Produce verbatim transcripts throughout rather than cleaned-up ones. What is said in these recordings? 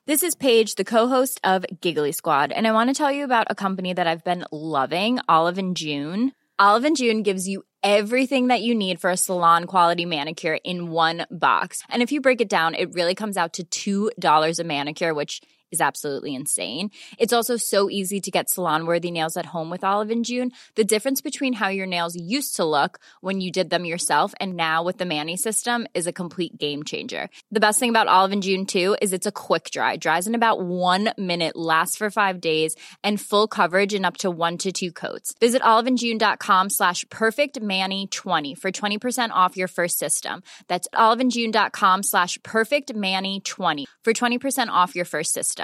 This is Paige, the co-host of Giggly Squad, and I want to tell you about a company that I've been loving, Olive and June. Olive and June gives you everything that you need for a salon-quality manicure in one box. And if you break it down, it really comes out to two dollars a manicure, which is absolutely insane. It's also so easy to get salon-worthy nails at home with Olive and June. The difference between how your nails used to look when you did them yourself and now with the Mani system is a complete game changer. The best thing about Olive and June, too, is it's a quick dry. Dries in about one minute, lasts for five days, and full coverage in up to one to two coats. Visit oliveandjune.com slash perfectmani20 for twenty percent off your first system. That's oliveandjune.com slash perfectmani20 for twenty percent off your first system.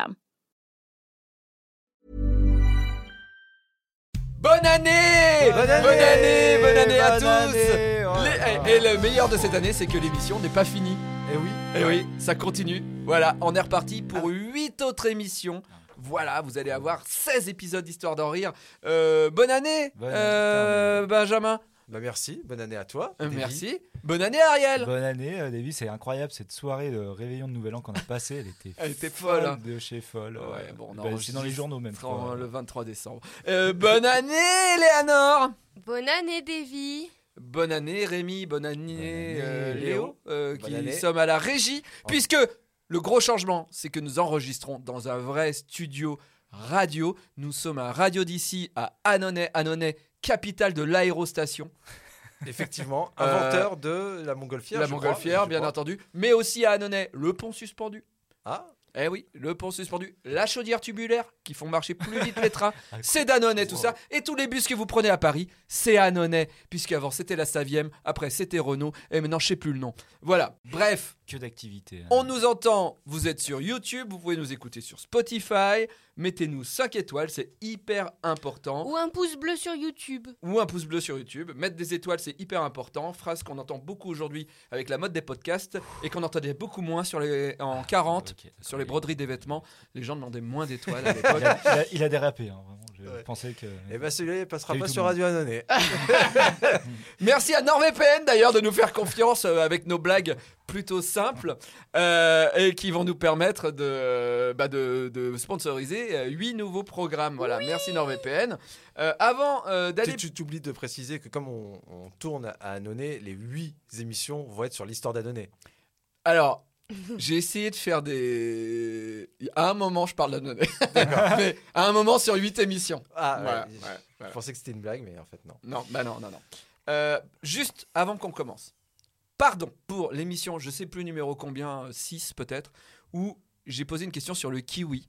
Bonne année, bonne année, bonne année, bonne année à tous. Année, oh Les, et, et le meilleur de cette année, c'est que l'émission n'est pas finie. Et oui, et oui, ça continue. Voilà, on est reparti pour huit autres émissions. Voilà, vous allez avoir seize épisodes d'Histoire d'en rire. Euh, bonne année, bonne euh, année Benjamin. Bah merci, bonne année à toi. Euh, Davy. merci. Bonne année, Ariel. Bonne année, euh, Davy, c'est incroyable cette soirée de réveillon de Nouvel An qu'on a passée. Elle était, Elle était folle, hein. de chez folle. Ouais, euh, bon, on bah, enregistre c'est dans les journaux même. en- le vingt-trois décembre. Euh, bonne année, Léanor. Bonne année, Davy. Bonne année, Rémi. Bonne année, Bonne année, euh, Léo. Léo, euh, Bonne qui année. sommes à la régie. Puisque le gros changement, c'est que nous enregistrons dans un vrai studio radio. Nous sommes à Radio d'ici, à Annonay. Annonay, capitale de l'aérostation. Effectivement, Euh, inventeur de la montgolfière. La je montgolfière, crois, je bien crois. entendu. Mais aussi à Annonay, le pont suspendu. Ah, Eh oui, le pont suspendu, la chaudière tubulaire qui font marcher plus vite les trains, c'est d'Annonay tout ça. Et tous les bus que vous prenez à Paris, c'est Annonay. Puisqu'avant c'était la Savième, après c'était Renault, et maintenant je sais plus le nom. Voilà, bref, Que d'activité. hein. on nous entend, vous êtes sur YouTube, vous pouvez nous écouter sur Spotify. Mettez-nous cinq étoiles, c'est hyper important. Ou un pouce bleu sur YouTube. Ou un pouce bleu sur YouTube. Mettre des étoiles, c'est hyper important. Phrase qu'on entend beaucoup aujourd'hui avec la mode des podcasts et qu'on entendait beaucoup moins sur les, en quarante, Ok, d'accord. sur les broderies des vêtements. Les gens demandaient moins d'étoiles à l'époque. Il a, il a- il a dérapé, hein, vraiment. Je Ouais. pensais que. et bah celui-là il passera Salut pas tout sur le Radio Annonay. Merci à NordVPN d'ailleurs de nous faire confiance euh, avec nos blagues plutôt simples euh, et qui vont nous permettre de, bah de, de sponsoriser euh, huit nouveaux programmes. Voilà, merci NordVPN. Euh, avant euh, d'aller... Tu tu oublies de préciser que comme on, on tourne à Annonay, les huit émissions vont être sur l'histoire d'Annonay. Alors, j'ai essayé de faire des... À un moment, je parle d'Annonay. Mais à un moment sur huit émissions. Ah, Voilà, ouais, ouais, je- voilà. Je pensais que c'était une blague, mais en fait non. Non, bah non, non, non. Euh, juste avant qu'on commence, pardon pour l'émission, je sais plus numéro combien, six peut-être, où j'ai posé une question sur le kiwi.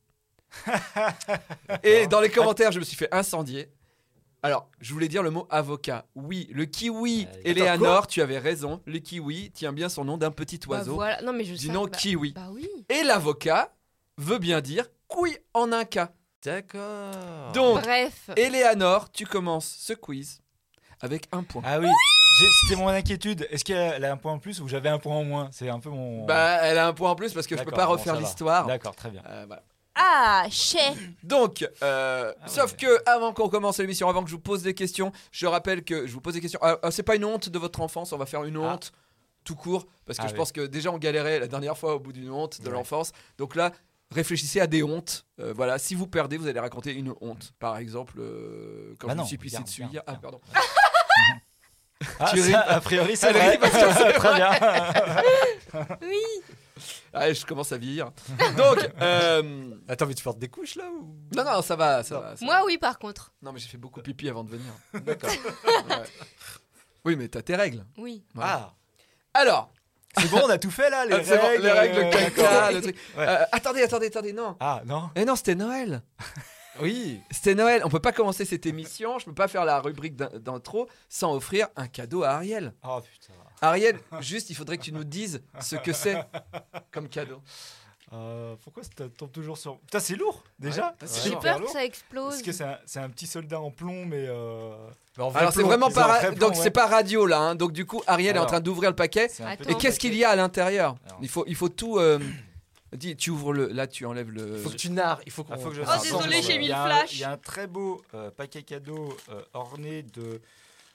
Et dans les commentaires, je me suis fait incendier. Alors, je voulais dire le mot avocat. Oui, le kiwi, Euh, Eleanor, tu avais raison. Le kiwi tient bien son nom d'un petit Bah oiseau. voilà. Non, mais je Du sais. nom bah, kiwi. Bah oui. Et l'avocat veut bien dire couille en un cas. D'accord. Donc, Bref. Eleanor, tu commences ce quiz avec un point. Ah oui, j'ai- c'était mon inquiétude. Est-ce qu'elle a un point en plus ou j'avais un point en moins? C'est un peu mon. Bah, elle a un point en plus parce que je peux D'accord, pas bon, refaire ça va. l'histoire. D'accord, très bien. Euh, voilà. Ah, chais. Donc, euh, Ah sauf ouais. que avant qu'on commence l'émission, avant que je vous pose des questions, je rappelle que je vous pose des questions. Ah, ah, c'est pas une honte de votre enfance, on va faire une honte tout court parce que Ah je oui. pense que déjà on galérait la dernière fois au bout d'une honte de Ouais. l'enfance. Donc là, réfléchissez à des hontes. Euh, voilà, si vous perdez, vous allez raconter une honte. Par exemple, euh, quand Bah je non, me suis pissé bien, dessus bien, hier. Ah, bien. pardon. Ah, Tu ça, ris. a priori, c'est Elle vrai. rit parce que c'est Très bien. Oui. Ah, je commence à vieillir. Donc, euh, Attends, mais tu portes des couches là ou... non, non, ça va, ça va. ça Moi, va. oui, par contre. Non, mais j'ai fait beaucoup pipi avant de venir. D'accord. Ouais. Oui, mais t'as tes règles. Oui. Ah, Alors, C'est bon, on a tout fait là, les ah, c'est bon, règles. les règles, euh, le caca, d'accord. le truc. Ouais. Euh, attendez, attendez, attendez, non. Ah non. Eh non, c'était Noël. oui. C'était Noël. On peut pas commencer cette émission. Je peux pas faire la rubrique d'in- d'intro sans offrir un cadeau à Ariel. Oh putain. Ariel, juste, il faudrait que tu nous dises ce que c'est comme cadeau. Euh, pourquoi ça tombe toujours sur. Putain, c'est lourd déjà. Ouais, c'est J'ai genre super peur que lourd. ça explose. Parce que c'est un, c'est un petit soldat en plomb, mais. Euh... Mais en vrai Alors c'est plomb, vraiment ils pas ont un ra- vrai plomb, donc ouais. c'est pas radio là. hein. Donc du coup, Ariel est en Alors. train d'ouvrir le paquet. c'est un peu- Attends. Et qu'est-ce qu'il y a à l'intérieur? Alors. Il faut, il faut tout. euh, Dis, tu ouvres le. Là, tu enlèves le. Faut que tu narres, il faut qu'on... Ah, faut que je Oh, fasse désolé, ensemble. j'ai mis Il y a le un- flash. Il y a un très beau euh, paquet cadeau euh, orné de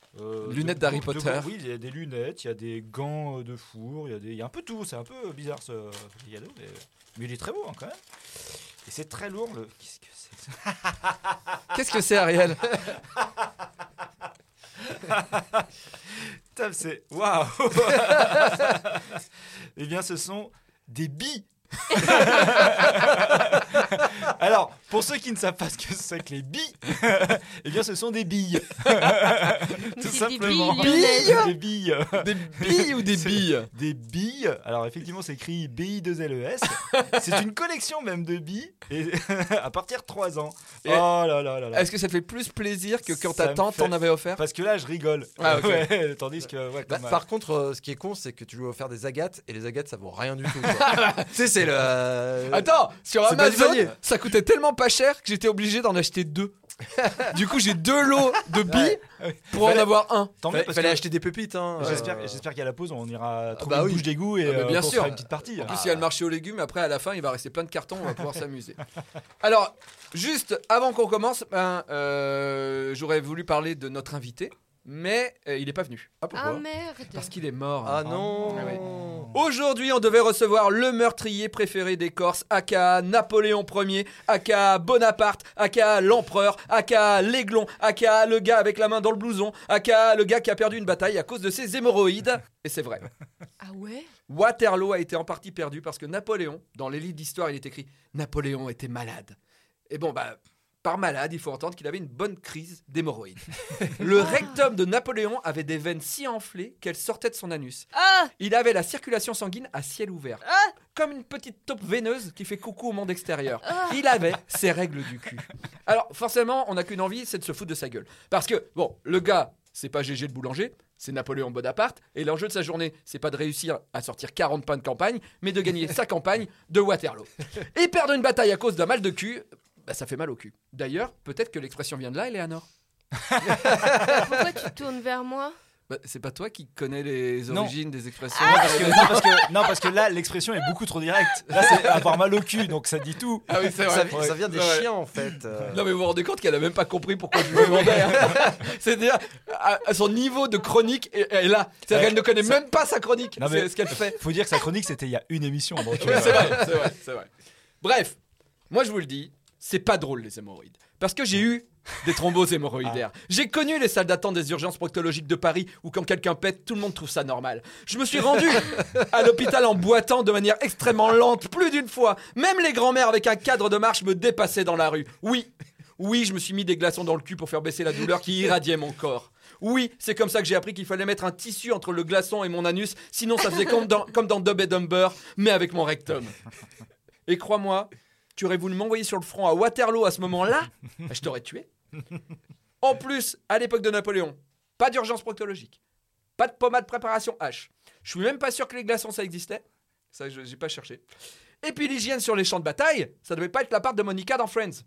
Euh, Lunettes de- d'Harry de- Potter. de- oui, il y a des lunettes, il y a des gants euh, de four, il y a des, il y a un peu tout. C'est un peu bizarre ce petit cadeau, mais, mais il est très beau hein, quand même. Et c'est très lourd. Le... Qu'est-ce que c'est que ça Qu'est-ce que c'est, Ariel? Putain, c'est waouh. Eh bien, ce sont des billes. Alors, pour ceux qui ne savent pas ce que c'est que les billes, eh bien, ce sont des billes. Tout C'est simplement. des billes lyonnaises. Des billes. Des billes ou des C'est- billes? Des billes. Alors, effectivement, c'est écrit B I deux L E S. C'est une collection même de billes. Et à partir de trois ans. Et- Oh là là là là. Est-ce que ça te fait plus plaisir que quand Ça ta me tante fait- t'en avait offert? Parce que là, je rigole. Ah, ok. Ouais, tandis que. Ouais, Bah, comme, par contre, euh, ce qui est con, c'est que tu lui as offert des agates et les agates ça vaut rien du tout. quoi. Tu sais, c'est le. euh, Attends, sur c'est pas du Amazon, panier. ça coûtait tellement pas cher que j'étais obligé d'en acheter deux. Du coup, j'ai deux lots de billes pour en Fallait- avoir un. Tant mieux Fallait, parce fallait que acheter des pépites. Hein, j'espère, euh, j'espère qu'à la pause, on ira trouver bah une oui. bouche d'égout et Ah, bah, euh, bien qu'on se sûr. fera une petite partie. En plus, Ah. il y a le marché aux légumes. Après, à la fin, il va rester plein de cartons. On va pouvoir s'amuser. Alors, juste avant qu'on commence, ben, euh, j'aurais voulu parler de notre invité, mais euh, il n'est pas venu. Ah, pourquoi Ah merde. Parce qu'il est mort. Ah non Ah ouais. Aujourd'hui, on devait recevoir le meurtrier préféré des Corses, aka Napoléon Ier, aka Bonaparte, aka l'empereur, aka l'aiglon, aka le gars avec la main dans le blouson, aka le gars qui a perdu une bataille à cause de ses hémorroïdes. Et c'est vrai. Ah ouais. Waterloo a été en partie perdu parce que Napoléon, dans les livres d'histoire, il est écrit Napoléon était malade. Et bon, bah, par malade, il faut entendre qu'il avait une bonne crise d'hémorroïdes. Le rectum de Napoléon avait des veines si enflées qu'elles sortaient de son anus. Ah. Il avait la circulation sanguine à ciel ouvert, Ah. comme une petite taupe veineuse qui fait coucou au monde extérieur. Ah. Il avait ses règles du cul. Alors, forcément, on n'a qu'une envie, c'est de se foutre de sa gueule. Parce que, bon, le gars, c'est pas Gégé le boulanger, c'est Napoléon Bonaparte, et l'enjeu de sa journée, c'est pas de réussir à sortir quarante pains de campagne, mais de gagner sa campagne de Waterloo. Et perdre une bataille à cause d'un mal de cul, bah, ça fait mal au cul. D'ailleurs, peut-être que l'expression vient de là, Eleanor. Pourquoi tu te tournes vers moi? Bah, c'est pas toi qui connais les Non. origines des expressions. Non, parce que, non, parce que, non, parce que là, l'expression est beaucoup trop directe. Là, c'est avoir mal au cul, donc ça dit tout. Ah oui, c'est ça, vrai. ça vient des Ouais. chiens en fait. euh. Non mais vous vous rendez compte qu'elle a même pas compris pourquoi je lui demandais. Hein. C'est-à-dire à, à son niveau de chronique est, est là. C'est-à-dire Ouais, qu'elle ne connaît ça- même pas sa chronique. Non, mais- C'est ce qu'elle fait. Faut dire que sa chronique, c'était il y a une émission. Donc, Ouais, euh, c'est vrai, c'est vrai, c'est vrai. Bref, moi je vous le dis, c'est pas drôle les hémorroïdes. Parce que j'ai eu des thromboses hémorroïdaires. J'ai connu les salles d'attente des urgences proctologiques de Paris où quand quelqu'un pète, tout le monde trouve ça normal. Je me suis rendu à l'hôpital en boitant de manière extrêmement lente plus d'une fois. Même les grands-mères avec un cadre de marche me dépassaient dans la rue. Oui, oui, je me suis mis des glaçons dans le cul pour faire baisser la douleur qui irradiait mon corps. Oui, c'est comme ça que j'ai appris qu'il fallait mettre un tissu entre le glaçon et mon anus, sinon ça faisait comme dans, comme dans Dumb and Dumber, mais avec mon rectum. Et crois-moi, tu aurais voulu m'envoyer sur le front à Waterloo à ce moment-là, bah, je t'aurais tué. En plus, à l'époque de Napoléon, pas d'urgence proctologique, pas de pommade préparation H. Je suis même pas sûr que les glaçons ça existait. Ça, je- j'ai pas cherché. Et puis l'hygiène sur les champs de bataille, ça devait pas être la part de Monica dans Friends.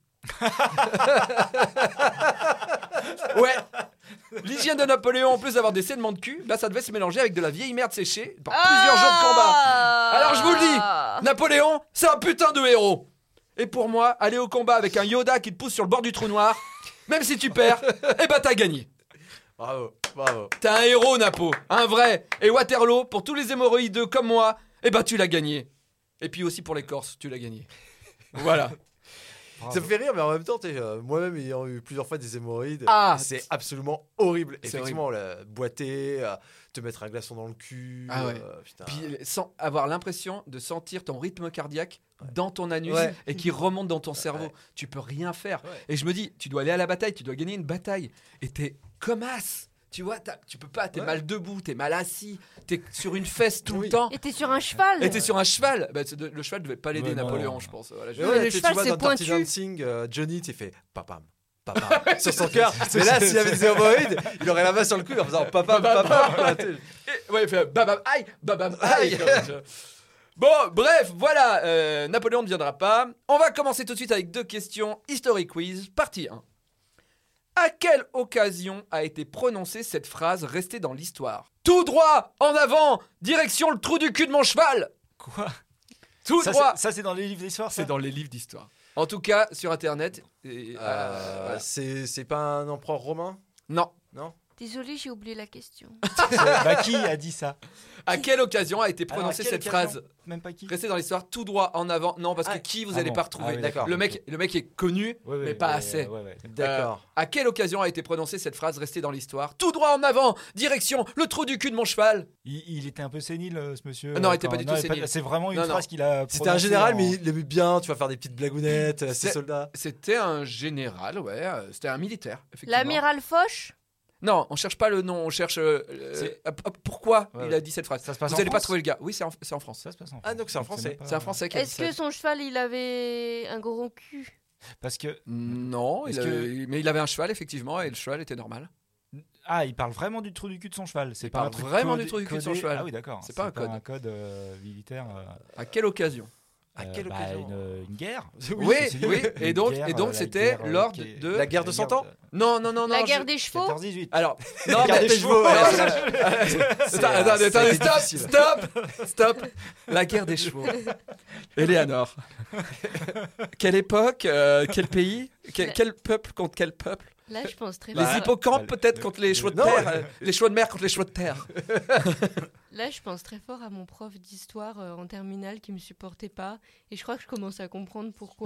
Ouais. L'hygiène de Napoléon, en plus d'avoir des saignements de cul, bah ça devait se mélanger avec de la vieille merde séchée par plusieurs jours de combat. Alors je vous le dis, Napoléon, c'est un putain de héros. Et pour moi, aller au combat avec un Yoda qui te pousse sur le bord du trou noir, même si tu perds, eh bah t'as gagné. Bravo, bravo. T'es un héros, Napo, un vrai. Et Waterloo, pour tous les hémorroïdeux comme moi, eh bah tu l'as gagné. Et puis aussi pour les Corses, tu l'as gagné. Voilà. Ça me fait rire, mais en même temps, t'es, euh, moi-même ayant eu plusieurs fois des hémorroïdes, Ah. c'est absolument horrible. C'est Effectivement, la- boiter, euh, te mettre un glaçon dans le cul. Ah ouais. euh, putain. Puis sans avoir l'impression de sentir ton rythme cardiaque dans ton anus Ouais. et qui remonte dans ton cerveau. Ouais. Tu peux rien faire. Ouais. Et je me dis, tu dois aller à la bataille, tu dois gagner une bataille. Et t'es comme as. Tu vois, t'as- tu peux pas, t'es Ouais. mal debout, t'es mal assis, t'es sur une fesse tout Oui. le temps. Et t'es sur un cheval. Et t'es sur un cheval. Bah, c'est de- le cheval devait pas l'aider, Ouais, non, Napoléon, non. je pense. Voilà, je- Mais Ouais, ouais, le tu- cheval, tu vois, c'est dans Dirty pointu. Dancing, euh, Johnny, t'es fait papam, papam sur son cœur. Mais là, s'il avait des hémorroïdes, il aurait la main sur le cul en faisant papam, papam. quoi, tu sais. Et- ouais, il fait babam aïe, babam aïe. Aïe. comme ça. Bon, bref, voilà. euh, Napoléon ne viendra pas. On va commencer tout de suite avec deux questions. History quiz, partie un. À quelle occasion a été prononcée cette phrase restée dans l'histoire? Tout droit, en avant, direction le trou du cul de mon cheval. Quoi Tout Ça, droit. c'est- ça, c'est dans les livres d'histoire, ça C'est dans les livres d'histoire. En tout cas, sur Internet. et, euh, Euh, voilà. c'est c'est pas un empereur romain? Non. Non? Désolée, j'ai oublié la question. Bah, qui a dit ça? À quelle occasion a été Alors, à prononcée quelle cette occasion phrase? Même pas qui. Restez dans l'histoire, tout droit en avant. Non, parce que Ah, qui vous ah n'allez bon. pas retrouver. Ah oui, D'accord. Le mec, le mec est connu, Ouais, ouais, mais pas ouais, assez. ouais, ouais. D'accord. À quelle occasion a été prononcée cette phrase? Restez dans l'histoire, tout droit en avant, direction le trou du cul de mon cheval. Il, il était un peu sénile, euh, ce monsieur. Ah non, il euh, était pas quand- du tout il sénile. C'est vraiment une Non, non. phrase qu'il a. C'était un prononcée général, en- mais il aimait bien, tu vas faire des petites blagounettes, euh, ses C'est- soldats. C'était un général, ouais, euh, c'était un militaire, effectivement. L'amiral Foch. Non, on cherche pas le nom, on cherche euh, C'est- euh, euh, pourquoi Ouais, il ouais. a dit cette phrase. Ça se passe Vous en n'allez pas France trouver le gars. Oui, c'est en, c'est en France. Ça se passe en Ah, France. donc c'est un Donc, Français. même pas- C'est un Français qui a dit Est-ce ça. que son cheval, il avait un gros cul? Parce que. Non, il Est-ce avait- mais il avait un cheval, effectivement, et le cheval était normal. Ah, il parle vraiment du trou du cul de son cheval. C'est Il pas parle un truc vraiment codé- du trou du cul de son codé. cheval. Ah oui, d'accord. C'est pas un code. un code euh, militaire. euh, À quelle occasion? À euh, quelle bah, occasion une, une guerre. Oui, c'est- oui, une et donc, guerre, et donc euh, la c'était guerre, euh, lors qui est- de... La guerre de cent ans. Non, non, non, non. La je- guerre des chevaux? quatorze dix-huit. Alors, non, La guerre mais... des chevaux, Non, ouais, je- c'est- Attends, C'est, attendez, euh, ça a attendez, été stop, difficile. stop, stop. La guerre des chevaux. Éléanor. Quelle époque, euh, quel pays, quel, quel peuple contre quel peuple? Là, je pense très Les fort. hippocampes bah, peut-être le- contre les chevaux de Non. terre, euh, les chevaux de mer contre les chevaux de terre. Là, je pense très fort à mon prof d'histoire euh, en terminale qui me supportait pas. Et je crois que je commence à comprendre pourquoi.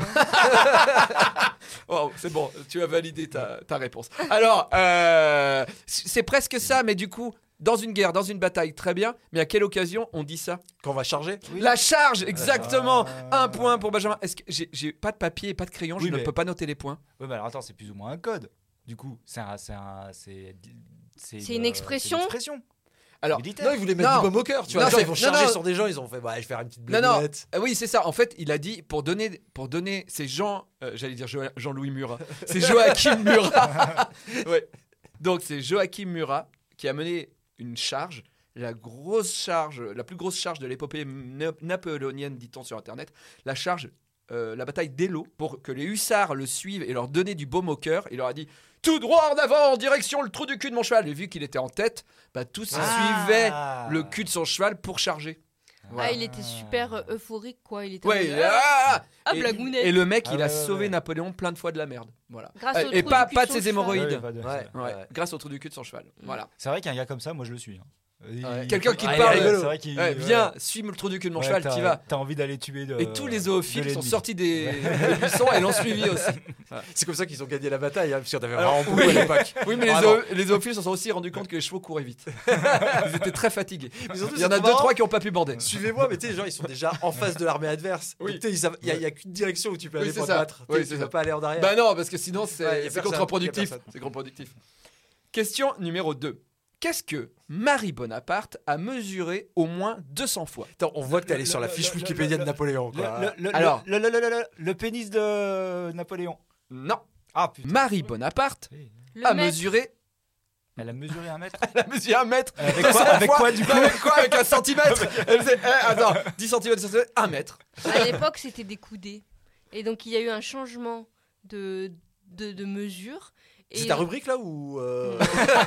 Oh, c'est bon, tu as validé ta, ta réponse. Alors, euh, c'est presque ça, mais du coup, dans une guerre, dans une bataille, très bien. Mais à quelle occasion on dit ça? Quand on va charger. La charge, exactement. Ah. Un point pour Benjamin. Est-ce que j'ai, j'ai pas de papier et pas de crayon, Oui, je ne mais- peux pas noter les points. Oui, mais alors attends, c'est plus ou moins un code. Du coup, c'est un, c'est un, c'est, c'est, C'est une expression c'est une expression. Alors, Militaire. Non, ils voulaient mettre Non. du baume au cœur, tu vois. Non, Genre, c'est- ils vont non, charger non. sur des gens, ils ont fait, bah, je vais faire une petite Non, non. blagounette. Ah oui, c'est ça. En fait, il a dit pour donner, pour donner, c'est Jean, euh, j'allais dire Jo- Jean-Louis Murat, c'est Joachim Murat. Ouais. Donc c'est Joachim Murat qui a mené une charge, la grosse charge, la plus grosse charge de l'épopée na- napoléonienne, dit-on sur Internet, la charge, euh, la bataille d'Eylau, pour que les hussards le suivent et leur donner du baume au cœur. Il leur a dit tout droit en avant, en direction le trou du cul de mon cheval. Et vu qu'il était en tête, bah tous suivaient Ah. le cul de son cheval pour charger. Ah, il était super euh, euphorique, quoi. Il était. Ouais, en mode, ah, ah, et, blagounette. et le mec, Ah il a ouais, ouais, sauvé ouais. Napoléon plein de fois de la merde. Voilà. Grâce Euh, au et trou pas, du cul pas de de son ses cheval. hémorroïdes. Ouais, pas de- Ouais. Ouais, grâce au trou du cul de son cheval. Mm. Voilà. C'est vrai qu'un gars comme ça, moi je le suis. hein. Il- Quelqu'un qui Ah, te il est parle, rigolo. C'est vrai qu'il- Ouais, ouais. viens, suis-le trou du cul de mon Ouais, cheval, t'as- t'y vas. T'as envie d'aller tuer de. Et tous les de zoophiles sont l'ennemi. sortis des, des buissons et l'ont suivi aussi. C'est comme ça qu'ils ont gagné la bataille, hein, parce qu'il y en avait Alors, vraiment beaucoup oui. à l'époque. Oui, mais les, Vraiment. zoo- les zoophiles se sont aussi rendus compte que les chevaux couraient vite. Ils étaient très fatigués. Mais surtout, Il y en c'est a trop deux, marrant. trois qui n'ont pas pu bander. Suivez-moi, mais tu sais, les gens, ils sont déjà en face de l'armée adverse. Oui. Donc, tu sais, ils savent- il n'y a, il y a qu'une direction où tu peux Oui, aller c'est pour ça. te battre. Tu Oui, sais, c'est tu ça. peux pas aller en arrière. Bah non, parce que sinon c'est Ouais, y a c'est personne, contre-productif. y a personne. C'est contre-productif. Question numéro deux. Qu'est-ce que Marie Bonaparte a mesuré au moins deux cents fois? Attends, on voit que t'es allé Le- sur la le- fiche le- Wikipédia le- de Napoléon. Le, Quoi. le- le- Alors. le, le, le, le, le- le pénis de Napoléon. Non. Ah putain. Marie Bonaparte Le a mec, mesuré. Elle a mesuré un mètre. Elle a mesuré un mètre. Avec quoi, avec quoi du coup? Avec quoi? Avec un centimètre. Elle faisait. eh, attends, dix centimètres, dix centimètres, un mètre. à l'époque, c'était des coudées. Et donc, il y a eu un changement de, de, de mesure. Et... C'est ta rubrique là ou. euh,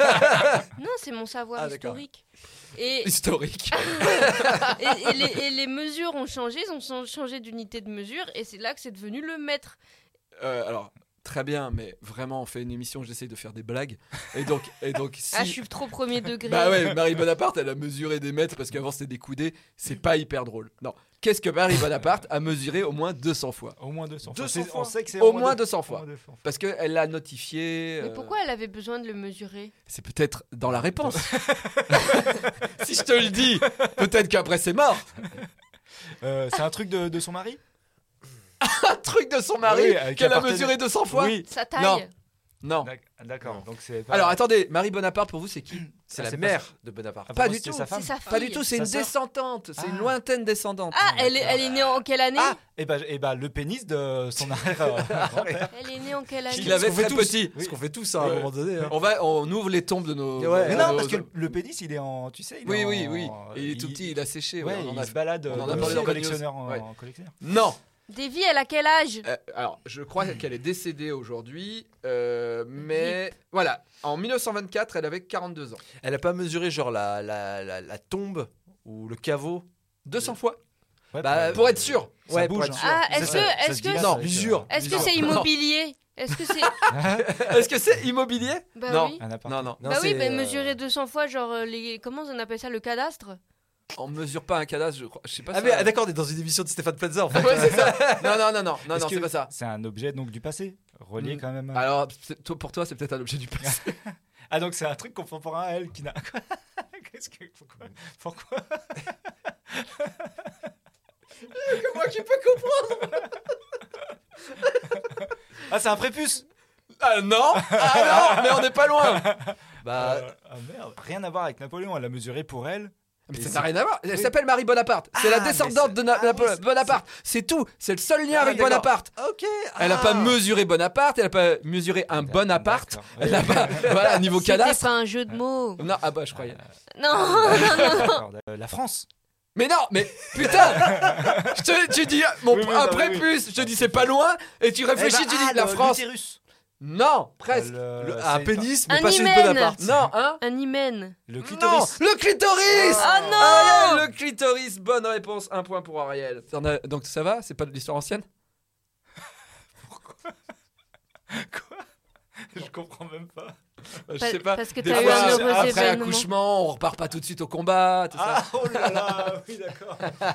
Non, c'est mon savoir Ah, d'accord. historique. Et, Historique. et, et les, et les mesures ont changé, ils ont chan- changé d'unité de mesure, et c'est là que c'est devenu le mètre. Euh, alors. Très bien, mais vraiment, on fait une émission, j'essaye de faire des blagues. Et donc, et donc si. Ah, je suis trop premier degré. Bah ouais, Marie Bonaparte, elle a mesuré des mètres parce qu'avant c'était des coudées. C'est pas hyper drôle. Non. Qu'est-ce que Marie Bonaparte a mesuré au moins deux cents fois? Au moins deux cents. deux C'est- cents On fois. sait que c'est Au moins deux cents au fois. moins deux cents. Parce qu'elle l'a notifié. Mais euh, pourquoi elle avait besoin de le mesurer? C'est peut-être dans la réponse. Si je te le dis, peut-être qu'après c'est mort. Euh, c'est un truc de, de son mari? Un truc de son mari Oui, avec qu'elle un a partenaire- mesuré deux cents fois. Oui. Sa taille? Non. Non. D'ac- D'accord. Donc c'est pas- Alors attendez, Marie Bonaparte pour vous c'est qui? C'est Ah, la c'est mère pas- de Bonaparte. Ah, Pas pardon, du c'était tout. sa femme. C'est sa fille. Pas du tout, c'est Sa une sœur. descendante. C'est une Ah. lointaine descendante. Ah, elle est, elle est née en quelle année? Ah, et bah, et bah le pénis de son arrière euh, grand-père. Elle est née en quelle année? Il avait Ce qu'on fait très tous. petit. Ce qu'on fait tous hein, à un Ouais. moment donné. hein. On va, on ouvre les tombes de nos. Ouais. Mais de non, nos- parce que le, le pénis, il est en, tu sais, il Oui, est oui, en- oui. Il est tout petit, il a séché. Ouais, ouais, on en il a- se balade on en a comme parlé un dans collectionneur Bonne en, News. en collectionneur. Non. Davy, elle a quel âge? Euh, alors, je crois qu'elle est décédée aujourd'hui, euh, mais voilà, en mille neuf cent vingt-quatre, elle avait quarante-deux ans. Elle a pas mesuré genre la, la, la, la tombe ou le caveau. deux cents fois. Ouais, Bah, Pour être sûr. Ça Ouais, bouge. pour être hein. sûr. Ah, Ça, est-ce ça- que- ça est-ce se que- dilate Non, avec, euh, l'usure. Est-ce que Bizarre. c'est immobilier? Est-ce que c'est. Est-ce que c'est immobilier? Bah Non. oui. Un appart. Non, non. Non, Bah oui, c'est, bah, euh, mesurer deux cents fois, genre, euh, les. Comment on appelle ça, le cadastre? On mesure pas un cadastre, je crois. Je sais pas. Ah, ça. mais ah, d'accord, on est dans une émission de Stéphane Plaza en fait. Ouais, c'est ça. Non, non, non, non, non, Est-ce non, que c'est pas ça. C'est un objet donc du passé, relié Mm. quand même. à- Alors, c'est- toi, pour toi, c'est peut-être un objet du passé. Ah donc c'est un truc contemporain à elle qui n'a. Qu'est-ce que pourquoi Pourquoi Moi qui peux comprendre. Ah c'est un prépuce. Ah non, ah non, mais on n'est pas loin. Bah, Euh, ah merde. Rien à voir avec Napoléon. Elle l'a mesuré pour elle. Mais Et ça c'est- n'a rien à voir. Elle Oui. s'appelle Marie Bonaparte. C'est Ah, la mais descendante c'est- de Na- ah oui, Napoléon c'est- Bonaparte. C'est tout. C'est le seul lien Ah, avec d'accord. Bonaparte. ok. Elle n'a ah. pas mesuré Bonaparte. Elle n'a pas mesuré un bon appart. D'accord. Elle n'a pas. Voilà, niveau C'était cadastre. pas un jeu de mots. Non, ah bah je croyais. Non, D'accord. Euh, La France. Mais non, mais putain. Je te, tu dis mon Oui, oui, un bah, oui, prépuce. Je te dis c'est pas loin et tu réfléchis. Eh ben, tu dis ah, la le- France. l'utérus. Non, presque. Le- Le- c'est- Un pénis, mais Un pas celui de hymen. Bonaparte. Non, hein. un hymen. Le Non, clitoris. le clitoris. Ah non Ariel, le clitoris, bonne réponse, un point pour Ariel. T'en as- Donc ça va, c'est pas de l'histoire ancienne? Quoi Je comprends même pas. Je Pa- sais pas. parce que Des t'as eu fois, un heureux après événement. accouchement, on repart pas tout de suite au combat, tout ça. Ah oh là là. Oui d'accord.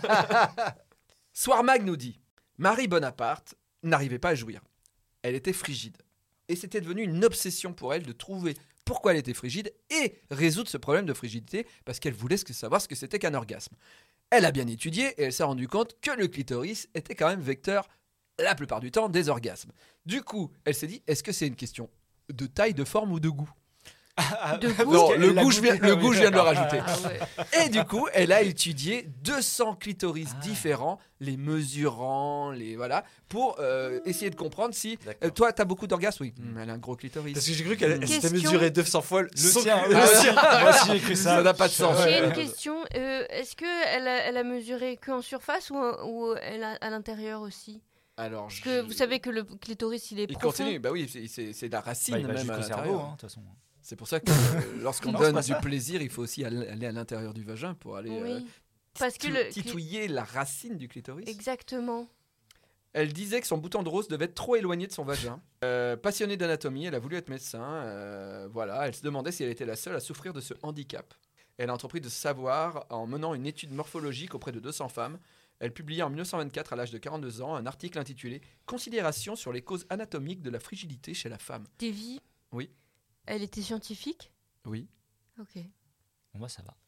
Soir Mag nous dit Marie Bonaparte n'arrivait pas à jouir. Elle était frigide. Et c'était devenu une obsession pour elle de trouver pourquoi elle était frigide et résoudre ce problème de frigidité parce qu'elle voulait ce que- savoir ce que c'était qu'un orgasme. Elle a bien étudié et elle s'est rendue compte que le clitoris était quand même vecteur la plupart du temps des orgasmes. Du coup, elle s'est dit est-ce que c'est une question de taille, de forme ou de goût? De goût. Non, qu'elle le l'a goût, je viens, goûté, le oui, goût, je viens de le d'accord. rajouter. Ah ouais. Et du coup, elle a étudié deux cents clitoris Ah. différents, les mesurant, les voilà, pour euh, essayer de comprendre si. D'accord. euh, toi, t'as beaucoup d'orgasmes, oui. Hum, elle a un gros clitoris. Parce que j'ai cru qu'elle elle s'était Question. mesurée deux cents fois le, Le son- sien. le oui. sien. Moi aussi j'ai cru ça. Ça n'a pas de sens. J'ai Ouais. une question. euh, Est-ce qu'elle a, elle a mesuré qu'en surface ou, ou elle a, à l'intérieur aussi? Alors, Parce que vous savez que le clitoris il est il profond. continue. Bah oui, c'est- c'est c'est la racine Bah, il va même à jusqu'au cerveau l'intérieur. hein, de toute façon. C'est pour ça que euh, lorsqu'on Non, c'est donne pas du ça. plaisir, il faut aussi aller aller à l'intérieur du vagin pour aller euh, Oui. Parce que titou- le cli- titouiller la racine du clitoris. Exactement. Elle disait que son bouton de rose devait être trop éloigné de son vagin. Euh, passionnée d'anatomie, elle a voulu être médecin. euh, voilà, elle se demandait si elle était la seule à souffrir de ce handicap. Elle a entrepris de savoir en menant une étude morphologique auprès de deux cents femmes. Elle publia en mille neuf cent vingt-quatre, à l'âge de quarante-deux ans, un article intitulé « Considération sur les causes anatomiques de la frigidité chez la femme Davy. Oui. Elle était scientifique. ». Oui. Ok. Moi ça va.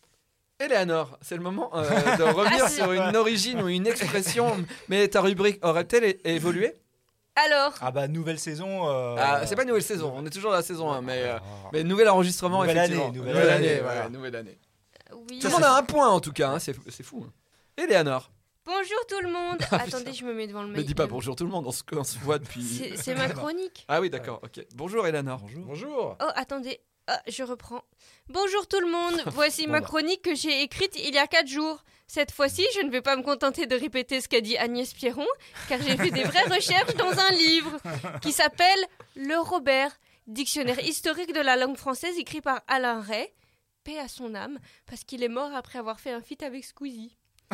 Eleanor, c'est le moment euh, de revenir Ah, c'est- sur une origine ou une expression. Mais ta rubrique aurait-elle é- évolué? Alors. Ah bah nouvelle saison. euh, Ah, c'est pas nouvelle saison, on est toujours dans la saison un, mais, euh, Ah. mais nouvel enregistrement, Nouvelle effectivement. année, nouvelle année, ouais, voilà. nouvelle année. Oui. Tout le monde a un point en tout cas, hein, c'est c'est fou. hein. Eleanor, Bonjour tout le monde. Ah, Attendez, je me mets devant le mais mic. dis pas bonjour tout le monde, on se, on se voit depuis. C'est c'est ma chronique. Ah oui, d'accord, ok. Bonjour Eleanor. Bonjour. Bonjour. Oh, attendez. Ah, je reprends. Bonjour tout le monde. Voici Bon ma bah. chronique que j'ai écrite il y a quatre jours. Cette fois-ci, je ne vais pas me contenter de répéter ce qu'a dit Agnès Pierron, car j'ai fait des vraies recherches dans un livre qui s'appelle Le Robert, dictionnaire historique de la langue française écrit par Alain Ray, paix à son âme, parce qu'il est mort après avoir fait un feat avec Squeezie.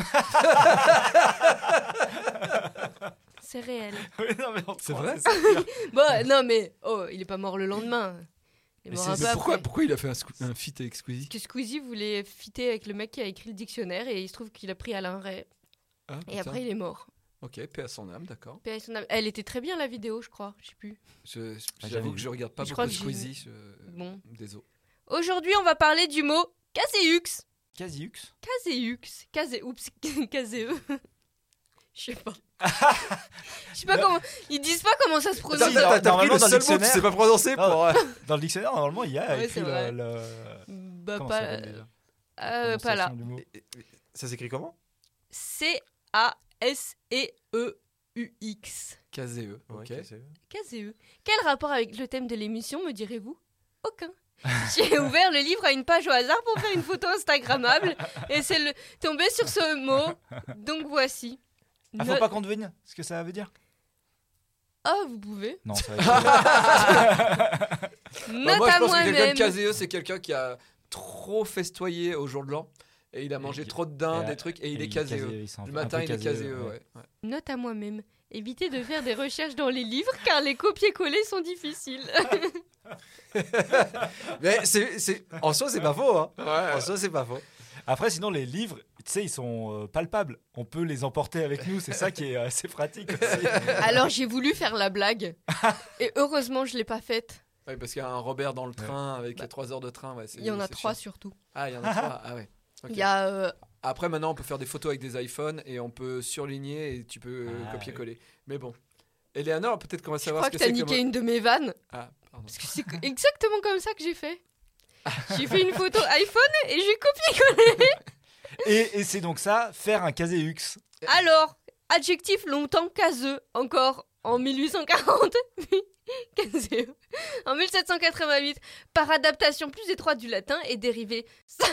C'est réel. Oui, non, mais on te C'est croit, vrai ça. Bon, non mais, oh, il est pas mort le lendemain. Il est Mais, mort c'est- un peu mais pourquoi, après. pourquoi il a fait un, squ- un feat avec Squeezie? Que Squeezie voulait fitter avec le mec qui a écrit le dictionnaire et il se trouve qu'il a pris Alain Ray. Ah, Et putain. après, il est mort. Ok, paix à son âme, d'accord. Paix à son âme. Elle était très bien la vidéo, je crois. Je sais plus. Je- Ah, J'avoue j'avais que je regarde pas Je beaucoup crois de que j'ai- Squeezie. je- Bon. Désolé. Aujourd'hui, on va parler du mot caséux. Casiux. Caséux. Casé. Oups. Caséeux. Je sais pas. Je sais pas comment. Ils disent pas comment ça se prononce. Attends, t'as- t'as pris normalement, le dans le seul mot que tu dictionnaire- sais pas prononcer Non. pour. euh, Dans le dictionnaire, normalement, il y a Ouais, écrit c'est vrai. le. le- Bah, comment pas, ça s'appelle déjà La euh, pas là. prononciation du mot. Ça s'écrit comment? C A S E E U X. Caséeux, ok. Ok, c'est- Caséeux. Quel rapport avec le thème de l'émission, me direz-vous? Aucun. J'ai ouvert le livre à une page au hasard pour faire une photo instagrammable et c'est le... tombé sur ce mot. Donc voici. Ah, faut No- pas qu'on devine ce que ça veut dire? Ah, vous pouvez. Non, ça va être. Note Bah, moi, je à pense que quelqu'un moi-même. de caséeux, c'est quelqu'un qui a trop festoyé au jour de l'an. Et il a mangé Et- trop de dinde, et- des trucs, et il et est caséeux. il s'en- Le un matin, peu il est caséeux, caséeux, ouais. ouais. ouais. Note à moi-même. Évitez de faire des recherches dans les livres car les copier-coller sont difficiles. Mais c'est, c'est... en soi, c'est pas faux. Hein. Ouais. En soi, c'est pas faux. Après, sinon, les livres, tu sais, ils sont euh, palpables. On peut les emporter avec nous. C'est ça qui est assez pratique aussi. Alors j'ai voulu faire la blague et heureusement je l'ai pas faite. Ouais, parce qu'il y a un Robert dans le train avec les trois heures de train. Ouais, c'est, Il y en a c'est trois chiant. surtout. Ah, il y en a trois. Ah ouais. Ok. Il y a euh, Après, maintenant, on peut faire des photos avec des iPhones et on peut surligner et tu peux Ah, copier-coller. Mais bon. Eleanor, peut-être qu'on va je savoir crois ce que que t'as c'est niqué que... une de mes vannes Ah, pardon. parce que c'est exactement comme ça que j'ai fait. J'ai fait une photo iPhone et j'ai copié-collé. Et, et c'est donc ça, faire un Caseux. Alors, adjectif longtemps caseux, encore en mille huit cent quarante, caseux. En mille sept cent quatre-vingt-huit, par adaptation plus étroite du latin et dérivé.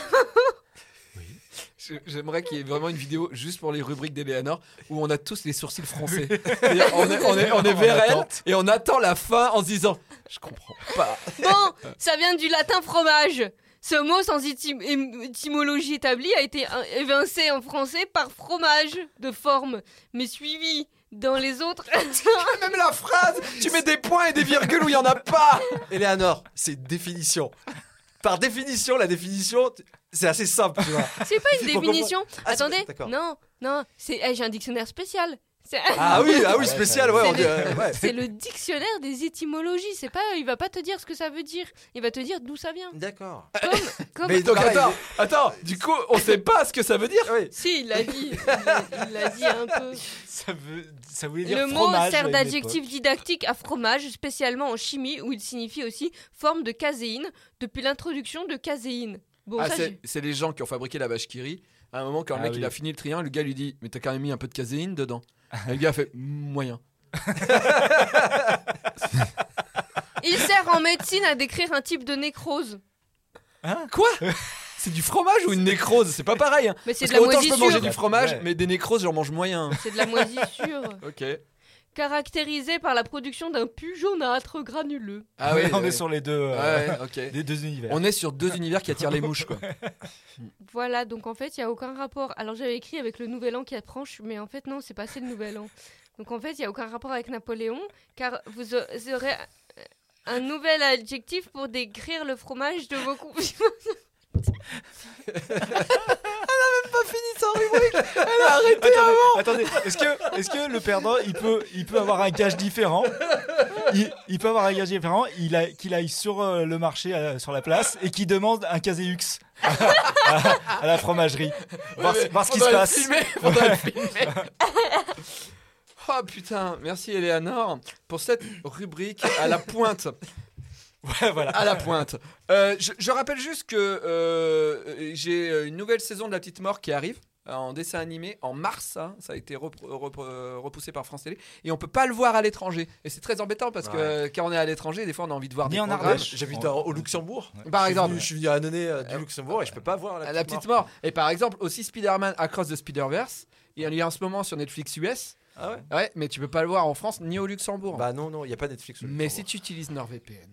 Je- J'aimerais qu'il y ait vraiment une vidéo juste pour les rubriques d'Eleanor où on a tous les sourcils froncés. C'est-à-dire, on est, on est, on est En vers elle attente. et on attend la fin en se disant je comprends pas. Bon, ça vient du latin fromage. Ce mot sans étym- ém- étymologie établie a été un- évincé en français par fromage de forme, mais suivi dans les autres. Même la phrase, tu mets des points et des virgules où il y en a pas. Eleanor, c'est définition. Par définition, la définition, t- c'est assez simple, tu vois. C'est pas une C'est pour définition. Ah, c'est- Attendez, d'accord. non, non, c'est eh, j'ai un dictionnaire spécial. C'est Ah oui, ah oui, Ouais, spécial, ça- ouais. c'est on le- dit, euh, ouais. c'est le dictionnaire des étymologies. C'est pas, il va pas te dire ce que ça veut dire. Il va te dire d'où ça vient. D'accord. Comme, comme. Mais Donc pareil, attends, attends, du coup, on sait pas ce que ça veut dire. Oui. Si, il l'a dit. Il l'a- il l'a dit un peu. Ça, veut, ça voulait dire Le mot fromage sert à une d'adjectif époque. didactique à fromage, spécialement en chimie, où il signifie aussi forme de caséine, depuis l'introduction de caséine. Bon, Ah, ça, c'est, j'ai- c'est les gens qui ont fabriqué la vache qui rit. À un moment, quand le Ah mec oui. il a fini le triangle, le gars lui dit mais t'as quand même mis un peu de caséine dedans. Et le gars fait moyen. Il sert en médecine à décrire un type de nécrose. Quoi? C'est du fromage ou une nécrose? C'est pas pareil. Hein. Mais c'est Parce de la qu'autant je peux manger moisissure. du fromage, Ouais. mais des nécroses j'en mange moyen. C'est de la moisissure. Ok. Caractérisé par la production d'un pus jaunâtre granuleux. Ah Ouais, oui, on ouais. est sur les deux, euh, Ouais, ok. les deux univers. On est sur deux univers qui attirent les mouches, quoi. Voilà, donc en fait, il n'y a aucun rapport. Alors j'avais écrit avec le nouvel an qui approche, mais en fait, non, c'est passé le nouvel an. Donc en fait, il n'y a aucun rapport avec Napoléon, car vous a- vous aurez un nouvel adjectif pour décrire le fromage de vos convictions. Attendez, attendez. Est-ce que, est-ce que le perdant, il peut, il peut avoir un gage différent il, il peut avoir un gage différent, il a, qu'il aille sur euh, le marché, euh, sur la place, et qu'il demande un Caseux à, à- à la fromagerie. Voir, Ouais, voir ce qui se faudrait le passe. filmer, faudrait le filmer. Oh putain, merci Eleanor pour cette rubrique à la pointe. Ouais, voilà. À la pointe. Euh, je, je rappelle juste que euh, j'ai une nouvelle saison de La Petite Mort qui arrive euh, en dessin animé en mars. Hein. Ça a été rep- rep- euh, repoussé par France Télé et on peut pas le voir à l'étranger. Et c'est très embêtant parce que Ouais. euh, quand on est à l'étranger, des fois on a envie de voir Ni des en programmes. Ardèche. J'habite au au Luxembourg. Par Je suis exemple. venu- je suis venu à Annonay euh, du Luxembourg et je peux pas voir la, La petite mort. Et par exemple aussi Spider-Man Across the Spider-Verse. Il y a en ce moment sur Netflix U S. Ah ouais. Ouais, mais tu peux pas le voir en France ni au Luxembourg. Bah non non, il y a pas Netflix. au Mais Luxembourg. si tu utilises NordVPN,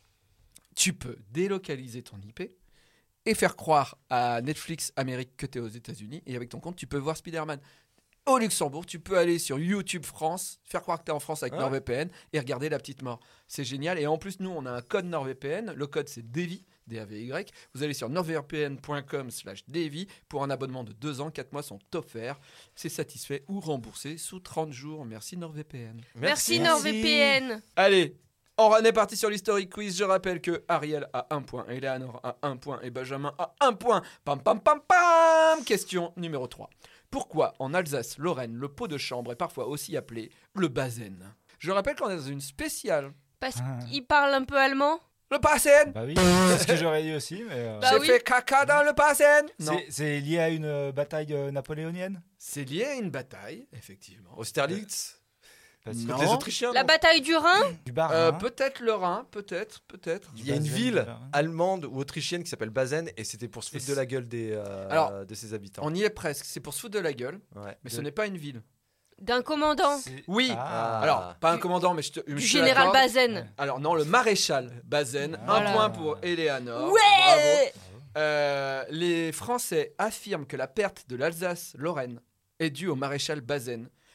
tu peux délocaliser ton I P et faire croire à Netflix Amérique que tu es aux États-Unis. Et avec ton compte, tu peux voir Spider-Man. Au Luxembourg, tu peux aller sur YouTube France, faire croire que tu es en France avec Ah. NordVPN et regarder La Petite Mort. C'est génial. Et en plus, nous, on a un code NordVPN. Le code, c'est Davy, D A V Y. Vous allez sur nordvpn point com slash Davy pour un abonnement de deux ans. quatre mois sont offerts. C'est satisfait ou remboursé sous trente jours. Merci NordVPN. Merci, Merci. NordVPN. Allez, on est parti sur l'historique quiz. Je rappelle que Ariel a un point, Eleanor a un point et Benjamin a un point. Pam pam pam pam. Question numéro trois. Pourquoi en Alsace-Lorraine, le pot de chambre est parfois aussi appelé le Basen? Je rappelle qu'on est dans une spéciale. Parce Ah. qu'il parle un peu allemand. Le Basen. Bah oui, c'est ce que j'aurais dit aussi, mais euh, Bah J'ai oui. fait caca dans le Basen. Non. c'est, c'est lié à une euh, bataille euh, napoléonienne. C'est lié à une bataille, effectivement. Austerlitz. Parce que- Non. Les Autrichiens. La non bataille du Rhin. Du bar. Euh, hein. peut-être le Rhin, peut-être, peut-être. Il y a une Basen, ville du Bas-Rhin. allemande ou autrichienne qui s'appelle Basen et c'était pour se foutre Et de la gueule des, euh, Alors, de ses habitants. On y est presque. C'est pour se foutre de la gueule, Ouais. mais De- ce n'est pas une ville. D'un commandant. C'est- Oui. Ah. Alors, pas un commandant, mais je te. je Du te général l'accorde. Bazen. Alors non, le maréchal Bazen, Voilà. un point pour Eleanor. Bravo. Ouais. Euh, les Français affirment que la perte de l'Alsace-Lorraine est due au maréchal Bazen.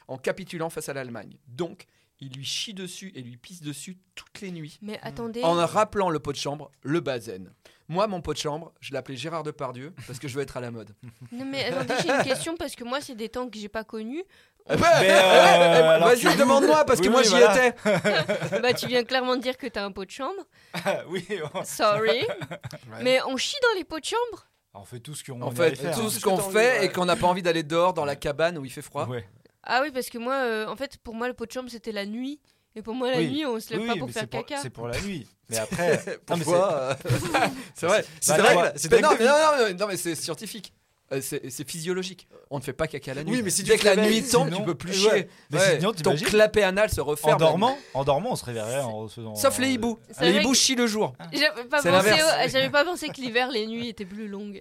en capitulant face à l'Allemagne. Donc, il lui chie dessus et lui pisse dessus toutes les nuits, Mais attendez. en rappelant le pot de chambre, le Bazen. Moi, mon pot de chambre, je l'appelais Gérard Depardieu parce que je veux être à la mode. Non mais attendez, j'ai une question parce que moi c'est des temps que j'ai pas connus. Eh ben, Mais, eh, euh, eh, alors vas-y, que- demande-moi parce que Oui, moi, oui, j'y voilà. étais. Bah tu viens clairement de dire que t'as un pot de chambre. oui, on... Sorry. Mais on chie dans les pots de chambre. on fait tout ce qu'on En a fait, à faire, tout hein. ce que qu'on t'as envie, fait ouais. et qu'on n'a pas envie d'aller dehors dans la cabane où il fait froid. Ouais. Ah oui parce que moi euh, en fait pour moi le pot de chambre c'était la nuit. Et pour moi la Oui. nuit on se lève Oui, pas oui, pour mais faire c'est pour- caca. C'est pour la nuit. Mais après, non, mais Pourquoi euh, C'est vrai. C'est C'est des vrai. règles, c'est Mais des non, règles mais de non, non, non, non, mais c'est scientifique. Euh, c'est c'est physiologique. On ne fait pas caca la nuit. Oui, mais si tu dès te que la réveilles, nuit tombe, sinon- tu peux plus Ouais. chier. Mais Ouais. sinon, Ton t'imagines clapet anal se referme. en dormant, en dormant, on se réveillerait en faisant. Sauf les hiboux. C'est Les vrai hiboux que- chient le jour. J'avais pas, C'est pensé l'inverse. au- j'avais pas pensé que l'hiver les nuits étaient plus longues.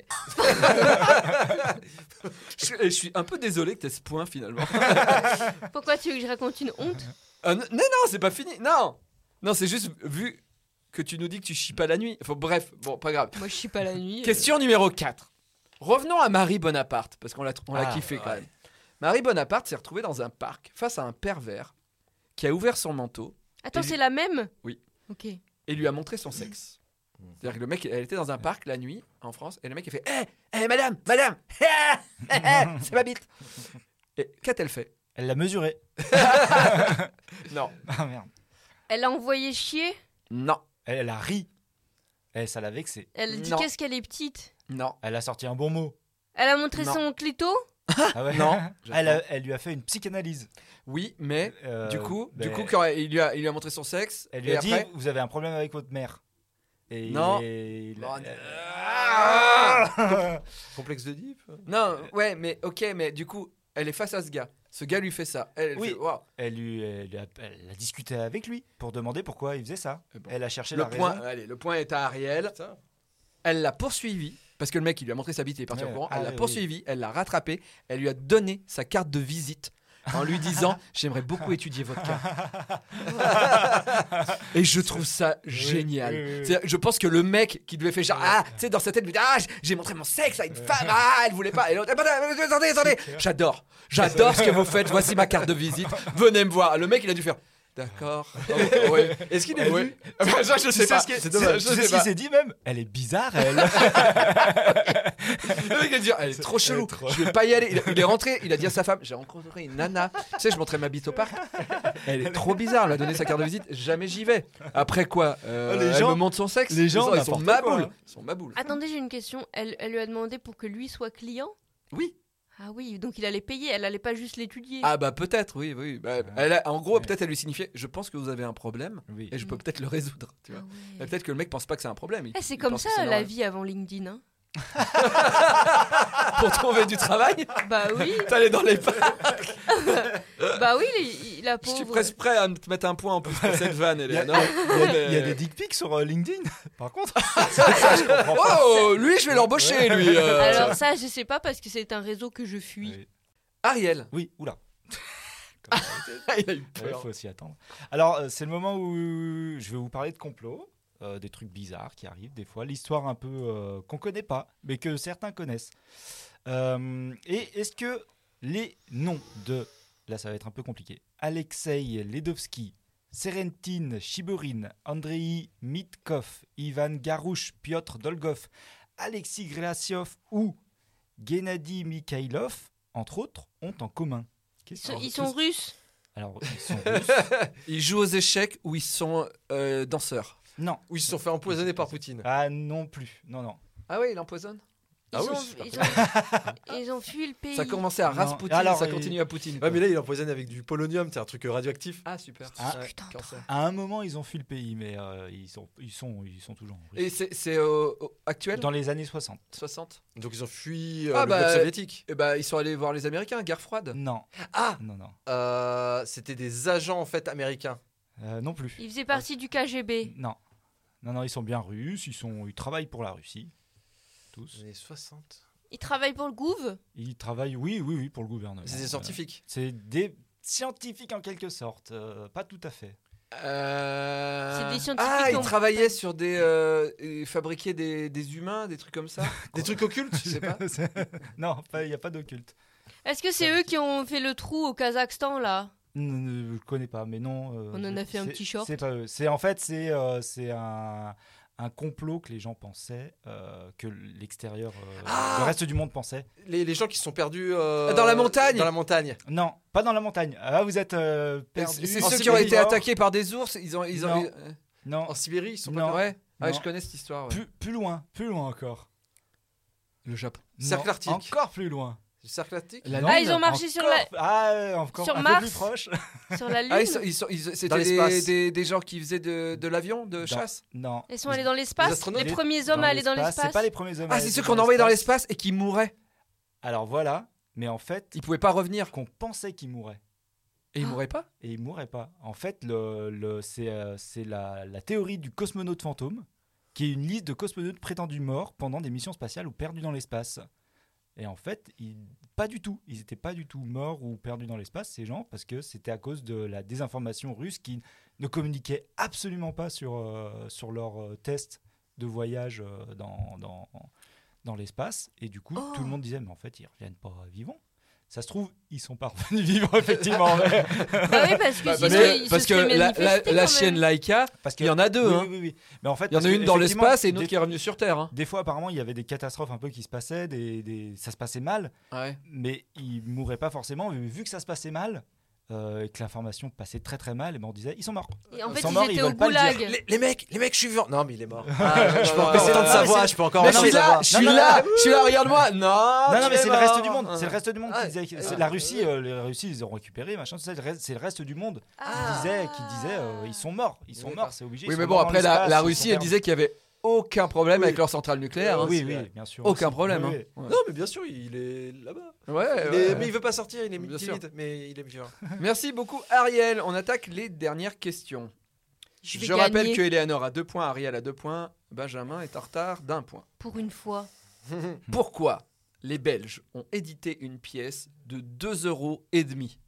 Je, je suis un peu désolé que tu aies ce point finalement. Pourquoi tu veux que je raconte une honte? Euh, n- non, non, c'est pas fini. Non. Non, c'est juste vu que tu nous dis que tu chies pas la nuit. Enfin, bref, bon, pas grave. Moi je chie pas la nuit. euh. Question numéro quatre. Revenons à Marie Bonaparte, parce qu'on l'a, on l'a Ah, kiffé quand ouais. même. Marie Bonaparte s'est retrouvée dans un parc face à un pervers qui a ouvert son manteau Attends Et- c'est la même? Oui. Ok. et lui a montré son sexe. C'est-à-dire que le mec, elle était dans un parc la nuit en France et le mec il fait Hé, hé, madame, madame, hé, hé, hé, c'est ma bite. Et qu'a-t-elle fait? Elle l'a mesuré. Non. Ah merde. Elle a envoyé chier. Non. Elle, elle a ri. Et ça l'a vexée. Elle a dit Non. qu'est-ce qu'elle est petite. Non. Elle a sorti un bon mot. Elle a montré Non. son clito. Ah ouais. Non. Elle, a- elle lui a fait une psychanalyse. Oui, mais Euh, du coup, ben, du coup, quand il lui a, il lui a montré son sexe, elle lui et a dit après, vous avez un problème avec votre mère. Et Non. il est- il a- Bon, Ah Complexe de Deep. non, ouais, mais ok, mais du coup, elle est face à ce gars. Ce gars lui fait ça. Elle, elle Oui. fait, waouh. Elle, lui, elle, a, elle a discuté avec lui pour demander pourquoi il faisait ça. Eh bon. Elle a cherché Le la point, raison. allez, le point est à Ariel. Putain. Elle l'a poursuivi parce que le mec il lui a montré sa bite et il est parti Ouais. au courant. Ah Elle l'a oui, poursuivi, elle l'a rattrapé, elle lui a donné sa carte de visite en lui disant j'aimerais beaucoup étudier votre cas. Et je trouve ça génial. oui, oui, oui. C'est-à-dire, je pense que le mec qui devait faire genre ah tu sais dans sa tête il me dit ah j'ai montré mon sexe à une femme ah elle voulait pas et l'autre attendez attendez attendez j'adore j'adore ce que vous faites voici ma carte de visite venez me voir. Le mec il a dû faire d'accord. Oh, ouais. Est-ce qu'il est Ouais. venu Ah bah, ça, je Tu sais sais pas. ce qu'est- C'est tu sais- dommage. tu Je sais sais ce qu'il pas. s'est dit même. Elle est bizarre, elle. Le mec a dit elle est trop chelou. Elle est trop- Je vais pas y aller. Il, il est rentré. Il a dit à sa femme j'ai rencontré une nana. Tu sais je montrais ma bite au parc. Elle est trop bizarre. Elle m'a donné sa carte de visite. Jamais j'y vais. Après quoi euh, Oh, les Elle gens- me montre son sexe. les gens, ils sont n'importe maboules. quoi. Ils sont maboules. Attendez j'ai une question. Elle, elle lui a demandé pour que lui soit client. Oui. Ah oui donc il allait payer. Elle allait pas juste l'étudier. Ah bah peut-être. Oui oui. Bah, elle a- en gros peut-être elle lui signifiait je pense que vous avez un problème Oui. et je peux peut-être le résoudre. Tu vois. Ah Et ouais. peut-être que le mec pense pas que c'est un problème. Il- Eh, c'est il comme pense ça que c'est la normal. vie avant LinkedIn. Hein. Pour trouver du travail. Bah oui. T'allais dans les parcs. Bah oui il, il a Je pauvre. suis presque prêt à te mettre un point en plus pour cette vanne. Il y a, Eleanor. il y a- il y a des dick pics sur euh, LinkedIn. Par contre, ça, je comprends pas. Oh, lui, je vais l'embaucher, lui. euh. Alors ça je sais pas parce que c'est un réseau que je fuis. Oui. Ariel. Oui, oula. Il a eu Il peur. faut s'y attendre. Alors, euh, c'est le moment où je vais vous parler de complot, euh, des trucs bizarres qui arrivent des fois, l'histoire un peu euh, qu'on connaît pas, mais que certains connaissent. Euh, et est-ce que les noms de, là ça va être un peu compliqué, Alexei Ledovski, Serentin Chiborin, Andrei Mitkov, Ivan Garouche, Piotr Dolgov, Alexis Grasiov ou Gennady Mikhailov, entre autres, ont en commun? Ils sont, ils sont russes. Alors, ils sont russes. Ils jouent aux échecs ou ils sont euh, danseurs. Non. Où ils se sont fait empoisonner par Poutine. Ah non plus. Non, non. Ah oui, il empoisonne. Ils, Ah oui, ont, super. ils, ont, ils ont fui le pays. Ça a commencé à Non. Rasputin Alors, et ça il- continue à Poutine. Ouais, quoi. mais là, il empoisonne avec du polonium, c'est un truc radioactif. Ah, super. Ah, Ouais. Putain, Cancer. À un moment, ils ont fui le pays, mais euh, ils, sont, ils, sont, ils sont toujours en Russie. Et c'est c'est, euh, au- actuel Dans les années soixante. soixante. Donc ils ont fui euh, Ah, le bah, bloc soviétique. Et bah, ils sont allés voir les Américains, guerre froide. Non. Ah, Non, non. euh, c'était des agents en fait américains. Euh, non plus. Ils faisaient partie du K G B. Non. Non, non, ils sont bien russes. Ils, sont, ils travaillent pour la Russie. Tous. Les soixante. Ils travaillent pour le gouv. Ils travaillent, oui, oui, oui, pour le gouvernement. C'est des Euh, scientifiques. c'est des scientifiques en quelque sorte. Euh, pas tout à fait. Euh, C'est des scientifiques Ah, qui ils ont- travaillaient sur des. Euh, et fabriquaient des, des humains, des trucs comme ça. Des trucs occultes. Je sais pas. non, il n'y a pas d'occulte. Est-ce que c'est eux qui ont fait le trou au Kazakhstan là? Je ne connais pas, mais non. euh, On en a fait un c'est- petit short. C'est pas eux. C'est en fait c'est euh, c'est un un complot que les gens pensaient, euh, que l'extérieur, euh, Ah le reste du monde pensait. Les, les gens qui se sont perdus euh, Dans la montagne Dans la montagne. Non, pas dans la montagne. Ah, vous êtes euh, perdus. C'est En ceux qui ont Sibérie, été Nord. attaqués par des ours. Ils ont, ils ont. Non. ils- Non, En Sibérie, ils sont Non. pas Ouais. Ouais, Non. je connais cette histoire. ouais. plus, plus loin, plus loin encore. Le Japon. Cercle Non, arctique. Encore plus loin. Le cercle arctique. La Non, Ah, ils ont marché sur la, Ah, euh, encore sur un Mars. peu plus proche. sur la Lune. Ah, ils sont, ils sont, ils- Dans c'était l'espace. des, des, des gens qui faisaient de, de l'avion, de Dans- chasse. Non. Ils sont allés dans Les l'espace. astronautes Les premiers hommes à aller dans l'espace. C'est pas les premiers hommes. à Ah, aller c'est ceux dans qu'on envoyait dans l'espace. l'espace et qui mouraient. Alors voilà, mais en fait, Ils pouvaient pas revenir. qu'on pensait qu'ils mouraient. Et ils mouraient pas. Et ils mourraient pas. En fait, le, le, c'est euh, c'est la, la théorie du cosmonaute fantôme, qui est une liste de cosmonautes prétendus morts pendant des missions spatiales ou perdus dans l'espace. Et en fait, ils, pas du tout. Ils n'étaient pas du tout morts ou perdus dans l'espace, ces gens, parce que c'était à cause de la désinformation russe qui ne communiquait absolument pas sur, euh, sur leurs euh, tests de voyage euh, dans, dans, dans l'espace. Et du coup, Oh. tout le monde disait, mais en fait, ils reviennent pas vivants. Ça se trouve, ils sont pas revenus vivants, effectivement. mais- Bah oui, parce que Bah, sinon, parce que, ils se parce que seraient la, la, manifestés la quand chienne même. Laika, Parce que- il y en a deux. Oui, hein. oui, oui, oui. Mais en fait, Il y en parce a que, une dans effectivement, l'espace et une autre des- qui est revenue sur Terre. Hein. Des fois, apparemment, il y avait des catastrophes un peu qui se passaient, des, des- ça se passait mal, Ouais. mais ils mouraient pas forcément. Mais vu que ça se passait mal, euh, et que l'information passait très très mal, et ben on disait ils sont morts. Et en Ils fait, sont ils morts, étaient ils au veulent pas le goulag. dire. Les, les mecs, les mecs, je suis vivant. Non, mais il est mort. Ah, je peux non, encore non, entendre non, sa mais voix. c'est- Je peux encore Mais je entendre suis sa là, voix. je suis là, je suis là, regarde-moi. Non, Non, non, tu mais es c'est le reste mort. du monde. C'est le reste du monde Ah, qui disait. que- ouais. c'est la Russie, euh, les Russes, ils ont récupéré, machin. tout ça, le reste- C'est le reste du monde qui Ah. disait, qui disait, euh, ils sont morts, ils sont Oui, morts, c'est obligé. Oui, ils mais sont bon, morts dans après, la, l'espace, la ils Russie, sont elle perdus. disait qu'il y avait aucun problème Oui. avec leur centrale nucléaire. hein. Oui, c'est oui, vrai. bien sûr. Aucun aussi. problème. Oui, hein. oui. Ouais. Non, mais bien sûr, il est là-bas. Ouais, Il ouais. est- Mais il veut pas sortir, il est Bien timide, mais il est vivant. Merci beaucoup, Ariel. On attaque les dernières questions. Je Je, vais rappelle gagner que Eleanor a deux points, Ariel a deux points, Benjamin est en retard d'un point. pour une fois. Pourquoi les Belges ont édité une pièce de deux euros et demi?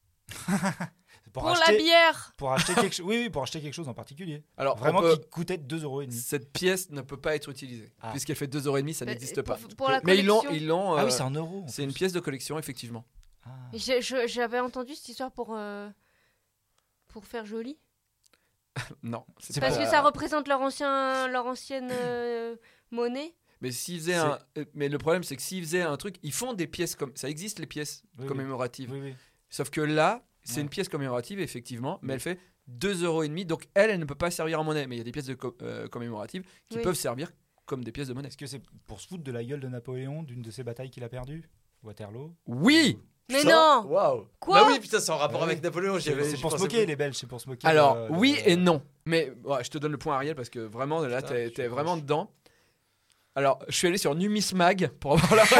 Pour acheter, la bière. Pour acheter quelque chose. Oui, oui, pour acheter quelque chose en particulier. Alors, Vraiment on peut- qui coûtait deux euros et demi. cette pièce ne peut pas être utilisée Ah. puisqu'elle fait deux euros et demi, ça Euh, n'existe pour- pas. pour la Mais ils l'ont, collection. ils l'ont. Ah euh, oui, c'est un euro. en c'est une plus. pièce de collection effectivement. Ah. Je- je- J'avais entendu cette histoire pour, euh, pour faire joli. Non, c'est C'est Parce pas- que ça représente leur, ancien, leur ancienne euh, monnaie. Mais s'ils faisaient un, euh, mais le problème c'est que s'ils faisaient un truc, ils font des pièces comme ça existe les pièces Oui, oui. commémoratives. Oui, oui. Sauf que là, c'est Ouais. une pièce commémorative effectivement, mais elle fait deux euros et demi, donc elle, elle ne peut pas servir en monnaie. Mais il y a des pièces de co- euh, commémoratives qui Oui. peuvent servir comme des pièces de monnaie. Est-ce que c'est pour se foutre de la gueule de Napoléon, d'une de ses batailles qu'il a perdues Waterloo. Oui. Mais Ça, non. Waouh. Quoi Bah oui, putain, c'est en rapport Ouais. avec Napoléon. j'y C'est avais- c'est j'y pour se pensais moquer, pas. les Belges, c'est pour se moquer. Alors de- oui de- et non, mais ouais, je te donne le point Ariel parce que vraiment là Putain, t'es je t'es suis vraiment proche. dedans. Alors je suis allé sur Numismag pour avoir la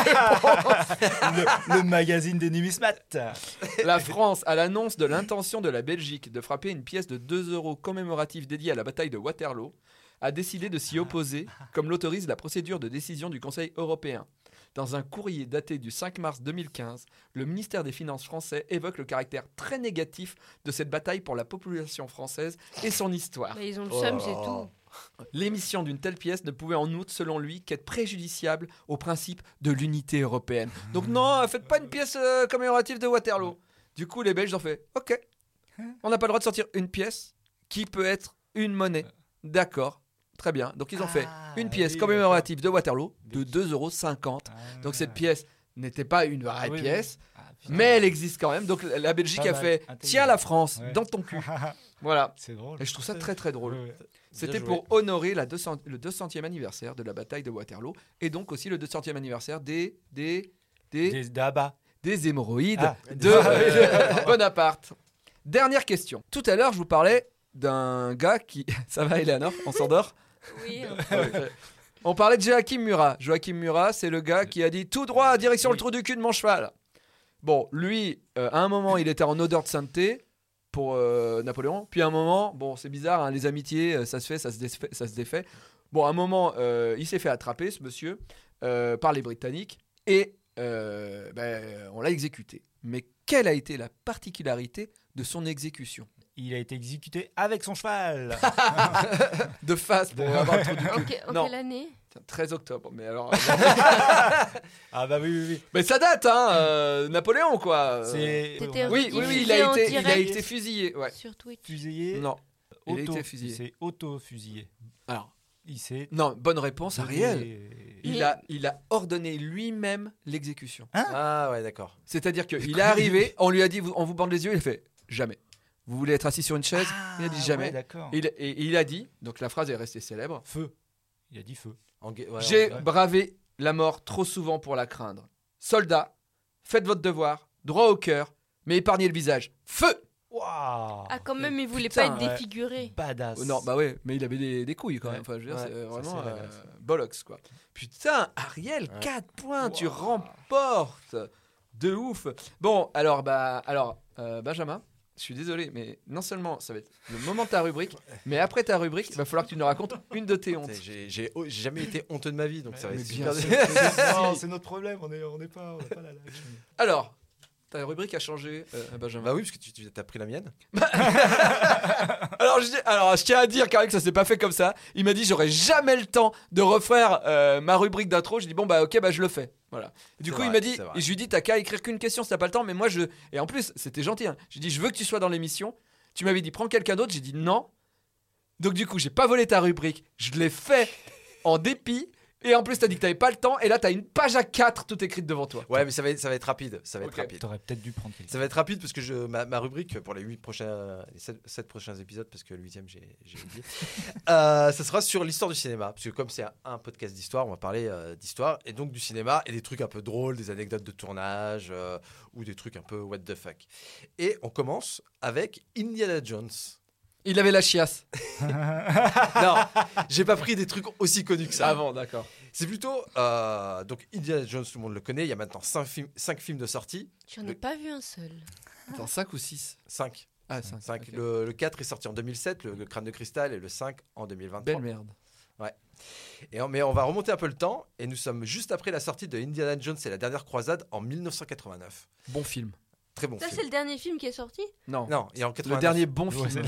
le, le magazine des numismates. La France, à l'annonce de l'intention de la Belgique de frapper une pièce de deux euros commémorative dédiée à la bataille de Waterloo, a décidé de s'y opposer, comme l'autorise la procédure de décision du Conseil européen. Dans un courrier daté du cinq mars deux mille quinze, le ministère des Finances français évoque le caractère très négatif de cette bataille pour la population française et son histoire. Mais ils ont le Oh seum, là c'est là. tout. L'émission d'une telle pièce ne pouvait en outre, selon lui, qu'être préjudiciable au principe de l'unité européenne. Donc non, faites pas une pièce euh, commémorative de Waterloo. Du coup, les Belges ont fait « Ok, on n'a pas le droit de sortir une pièce qui peut être une monnaie. D'accord, très bien. » Donc ils ont fait Ah, une pièce oui, commémorative de Waterloo de deux euros cinquante. Ah. Donc cette pièce n'était pas une vraie Ah oui, oui. pièce, Ah, putain. mais elle existe quand même. Donc la la Belgique Pas a mal, fait intelligent. « Tiens la France, Ouais. dans ton cul. » Voilà. C'est drôle. Et je trouve ça très très drôle. Ouais, ouais. C'était joué. pour honorer la deux cents le deux centième anniversaire de la bataille de Waterloo et donc aussi le deux centième anniversaire des, des, des, Des d'Abba. des hémorroïdes Ah. de euh, Bonaparte. Dernière question. Tout à l'heure, je vous parlais d'un gars qui... Ça va, Eleanor? On s'endort? Oui. Ok. On parlait de Joachim Murat. Joachim Murat, c'est le gars qui a dit tout droit, direction le trou du cul de mon cheval. Bon, lui, euh, à un moment, il était en odeur de sainteté pour euh, Napoléon. Puis à un moment, bon, c'est bizarre, hein, les amitiés, euh, ça se fait, ça se défait. Ça se défait. Bon, à un moment, euh, il s'est fait attraper, ce monsieur, euh, par les Britanniques. Et euh, ben, on l'a exécuté. Mais quelle a été la particularité de son exécution? il a été exécuté avec son cheval. De face pour avoir le trou du En, cul. que- en Non. quelle année? Tiens, treize octobre, mais alors. Ah bah oui, oui, oui. mais ça date, hein, euh, Napoléon, quoi. Euh, C'est T'étais- Oui, oui, oui, il Diffusé a en été, il a direct. été fusillé, ouais. Sur Twitch. fusillé. Non, il a auto, été fusillé. C'est auto-fusillé. Alors, Il s'est. non, bonne réponse, Ariel. donné- Il a, il a ordonné lui-même l'exécution. Ah ouais, d'accord. C'est-à-dire qu'il est arrivé, on lui a dit, vous- on vous bande les yeux, il a fait jamais. Vous voulez être assis sur une chaise? Il a dit Ah, jamais. ouais, d'accord. Et il, et il a dit, donc la phrase est restée célèbre, Feu. Il a dit feu. En gue- ouais, j'ai en- ouais. bravé la mort trop souvent pour la craindre. Soldats, faites votre devoir, droit au cœur, mais épargnez le visage. Feu! Waouh. Ah, quand même, il voulait Putain, pas être ouais. défiguré. Badass. Oh non, bah ouais, mais il avait des, des couilles quand même. Ouais. Enfin, je veux dire, Ouais, c'est ça, vraiment c'est la euh, classe. bollocks, quoi. Putain, Ariel, Ouais. quatre points, tu Wow. remportes. De ouf. Bon, alors, bah, alors euh, Benjamin, je suis désolé, mais non seulement ça va être le moment de ta rubrique, mais après ta rubrique, il va falloir que tu nous racontes une de tes hontes. T'sais, J'ai j'ai- oh, j'ai jamais été honteux de ma vie, donc ça va Mais être bien super. sûr. C'est- non, c'est notre problème. On est, on n'est pas, on n'a pas la lâche. Alors, ta rubrique a changé, euh, Benjamin. Bah oui, parce que tu, tu as pris la mienne. Alors je, dis- alors, je tiens à dire quand même que ça s'est pas fait comme ça. Il m'a dit j'aurais jamais le temps de refaire euh, ma rubrique d'intro. Je dis bon bah ok bah je le fais. Voilà. Et du C'est coup vrai, il m'a dit, c'est vrai. et je lui dis t'as qu'à écrire qu'une question si t'as pas le temps. Mais moi je et en plus c'était gentil. Hein. Je lui dis je veux que tu sois dans l'émission. Tu m'avais dit prends quelqu'un d'autre. J'ai dit non. Donc du coup j'ai pas volé ta rubrique. Je l'ai fait en dépit. Et en plus t'as dit que t'avais pas le temps. Et là t'as une page à quatre toute écrite devant toi. Ouais, mais ça va être, ça va être rapide. Ça va être Ok. rapide. T'aurais peut-être dû prendre quelqu'un. Ça va être rapide parce que je, ma, ma rubrique pour les huit prochains, les sept, sept prochains épisodes, parce que le huitième j'ai, j'ai oublié, euh, ça sera sur l'histoire du cinéma. Parce que comme c'est un, un podcast d'histoire, on va parler euh, d'histoire et donc du cinéma et des trucs un peu drôles, des anecdotes de tournage euh, ou des trucs un peu what the fuck. Et on commence avec Indiana Jones. Il avait la chiasse. Non, j'ai pas pris des trucs aussi connus que ça. Avant d'accord. C'est plutôt euh, donc Indiana Jones, tout le monde le connaît. Il y a maintenant cinq films, cinq films de sortie. J'en ai Le- pas vu un seul. Attends cinq ou six. cinq. Ah cinq. cinq. ok. Le, le quatre est sorti en deux mille sept, le, le Crâne de cristal, et le cinq en deux mille vingt-trois. Belle merde. Et on- mais on va remonter un peu le temps, et nous sommes juste après la sortie de Indiana Jones et la dernière croisade en mille neuf cent quatre-vingt-neuf. Bon film. Très bon Ça, c'est film. le dernier film qui est sorti? Non. Non, et en Le quatre-vingt-neuf. dernier bon Ouais, film.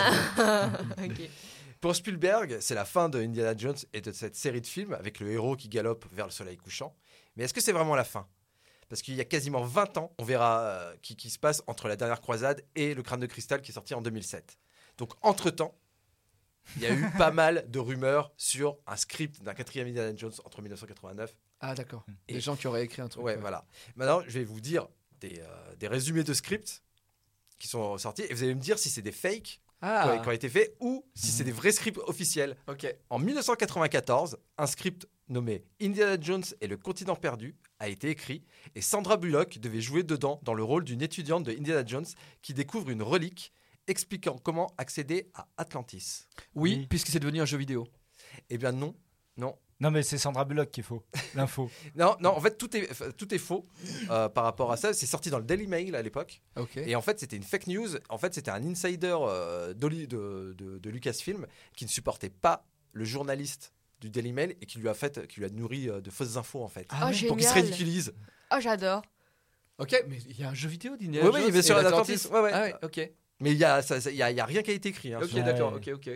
c'est- Ok. Pour Spielberg, c'est la fin de Indiana Jones et de cette série de films avec le héros qui galope vers le soleil couchant. Mais est-ce que c'est vraiment la fin? Parce qu'il y a quasiment vingt ans, on verra euh, qui, qui se passe entre la dernière croisade et le Crâne de cristal qui est sorti en deux mille sept. Donc entre-temps, il y a eu pas mal de rumeurs sur un script d'un quatrième Indiana Jones entre mille neuf cent quatre-vingt-neuf. Ah d'accord. Et- Des gens qui auraient écrit un truc. Ouais, voilà. Maintenant, je vais vous dire des, euh, des résumés de scripts qui sont sortis et vous allez me dire si c'est des fakes qui Ah. ont- qui ont été faits ou si c'est des vrais scripts officiels. Ok. En mille neuf cent quatre-vingt-quatorze, un script nommé Indiana Jones et le continent perdu a été écrit et Sandra Bullock devait jouer dedans dans le rôle d'une étudiante de Indiana Jones qui découvre une relique expliquant comment accéder à Atlantis. Oui, Oui. puisque c'est devenu un jeu vidéo. Eh bien non, non. Non, mais c'est Sandra Bullock qui est faux. L'info. Non, non, en fait, tout est, enfin, tout est faux euh, par rapport à ça. C'est sorti dans le Daily Mail à l'époque. Ok. Et en fait, c'était une fake news. En fait, c'était un insider euh, d'Oli- de, de, de Lucasfilm qui ne supportait pas le journaliste du Daily Mail et qui lui a, fait, qui lui a nourri euh, de fausses infos, en fait. Oh, Pour qu'il se génial. ridiculise. Oh, j'adore. Ok, mais il y a un jeu vidéo d'Indiana Oui, oui, Jones bien sûr, et l'Atlantis. l'Atlantis. Ouais, ouais. Ah ouais, ok. Mais il y a, ça, ça- il y a, il y a rien qui a été écrit. hein, Ok, sur- Ouais. d'accord, ok, ok.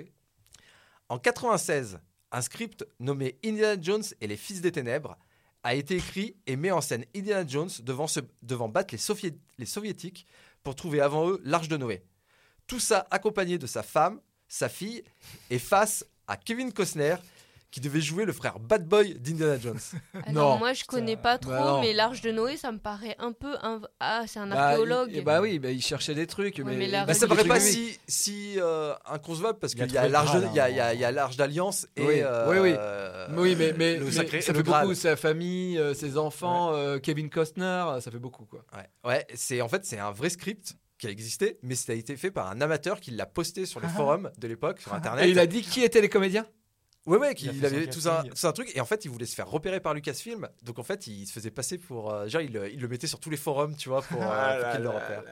En quatre-vingt-seize, un script nommé Indiana Jones et les Fils des Ténèbres a été écrit et met en scène Indiana Jones devant, se, devant battre les, Sovié- les Soviétiques pour trouver avant eux l'Arche de Noé. Tout ça accompagné de sa femme, sa fille et face à Kevin Costner qui devait jouer le frère bad boy d'Indiana Jones. Alors, Non. moi, je connais pas trop, Bah non. mais l'Arche de Noé, ça me paraît un peu. inv- Ah, c'est un Bah, archéologue. il- eh bah oui, bah, il cherchait des trucs, Ouais, mais, mais la Bah, ça Il paraît est pas trouvé. si, si euh, inconcevable parce Il a qu'il y a trouvé le l'Arche de- Graal, il y a- hein. il y a- il y a l'Arche d'Alliance et Oui, euh, oui, oui. euh, Oui, mais, mais, le mais sacré- ça le fait Graal. beaucoup, sa famille, euh, ses enfants, euh, Kevin Costner, ça fait beaucoup quoi. Ouais, ouais c'est en fait c'est un vrai script qui a existé, mais ça a été fait par un amateur qui l'a posté sur les forums de l'époque sur internet. Et il a dit qui étaient les comédiens? ouais ouais, Il a qu'il fait avait son tout un, casting. tout un truc et en fait il voulait se faire repérer par Lucasfilm, donc en fait il se faisait passer pour euh, genre il, le- il le mettait sur tous les forums, tu vois, pour, euh, Ah pour qu'il le repère.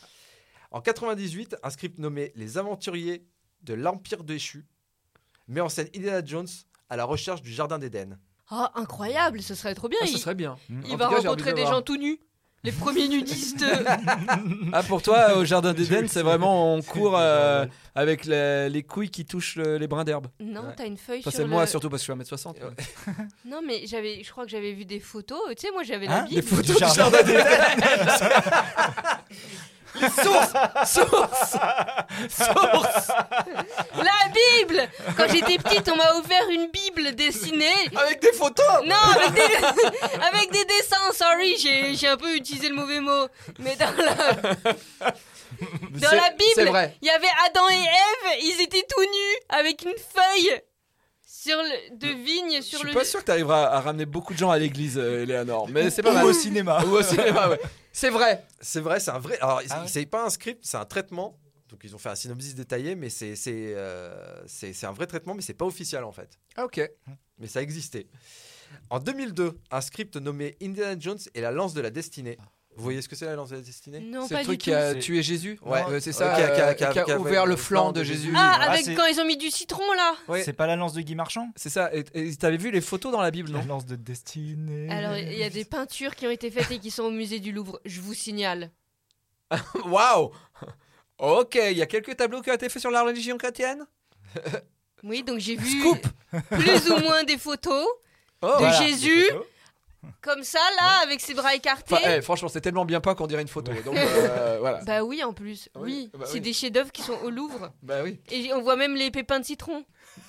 En quatre-vingt-dix-huit, un script nommé Les Aventuriers de l'Empire déchu met en scène Indiana Jones à la recherche du Jardin d'Éden. Oh, incroyable, ce serait trop bien. Ah, il ce serait bien. il En va tout cas, j'ai envie rencontrer de des voir. gens tout nus. Les premiers nudistes. Ah, pour toi, au jardin d'Éden, c'est vraiment on court euh, avec les, les couilles qui touchent le- les brins d'herbe. Non, Ouais. t'as une feuille Enfin, sur c'est le... moi, surtout parce que je suis un mètre soixante. Ouais. Non, mais j'avais, je crois que j'avais vu des photos. Tu sais, moi, j'avais Hein la Bible. Des photos Du du jardin jardin d'Éden. Source Source Source La Bible. Quand j'étais petite, on m'a offert une Bible dessinée. Avec des photos. Non, avec des, avec des dessins, sorry, j'ai, j'ai un peu utilisé le mauvais mot. Mais dans la, dans C'est- la C'est Bible, vrai. il y avait Adam et Ève, ils étaient tout nus, avec une feuille sur le, de vigne Je sur suis le... pas sûr que t'arriveras à ramener beaucoup de gens à l'église, euh, Eleanor. Mais c'est pas Ou mal. au cinéma. Ou au cinéma, ouais. C'est vrai. C'est vrai, c'est un vrai. Alors, Ah ouais. c'est pas un script, c'est un traitement. Donc, ils ont fait un synopsis détaillé, mais c'est c'est euh, c'est c'est un vrai traitement, mais c'est pas officiel en fait. Ah, ok. Mais ça existait. En deux mille deux, un script nommé Indiana Jones et la lance de la destinée. Vous voyez ce que c'est la lance de la destinée? Non, C'est pas le truc du qui tout. a C'est- tué Jésus. Ouais. Euh, c'est ça. Ouais, qui a- qui a- euh, qui a- qui a qui a- ouvert ouais, le flanc de Jésus. Ah, Ah, avec c'est- quand ils ont mis du citron, là. Ouais. C'est pas la lance de Guy Marchand? C'est ça. Et et t'avais vu les photos dans la Bible, La non? lance de destinée. Alors, il y a des peintures qui ont été faites et qui sont au musée du Louvre, je vous signale. Waouh. Ok. Il y a quelques tableaux qui ont été faits sur la religion chrétienne. Oui, donc j'ai vu Scoop. plus ou moins des photos, Oh. de Voilà, Jésus. des photos. comme ça, là, avec ses bras écartés. Enfin, eh, franchement, c'est tellement bien peint qu'on dirait une photo. Donc euh, voilà. Bah oui, en plus. Oui, Oui, bah c'est oui. des chefs-d'œuvre qui sont au Louvre. Bah oui. Et on voit même les pépins de citron.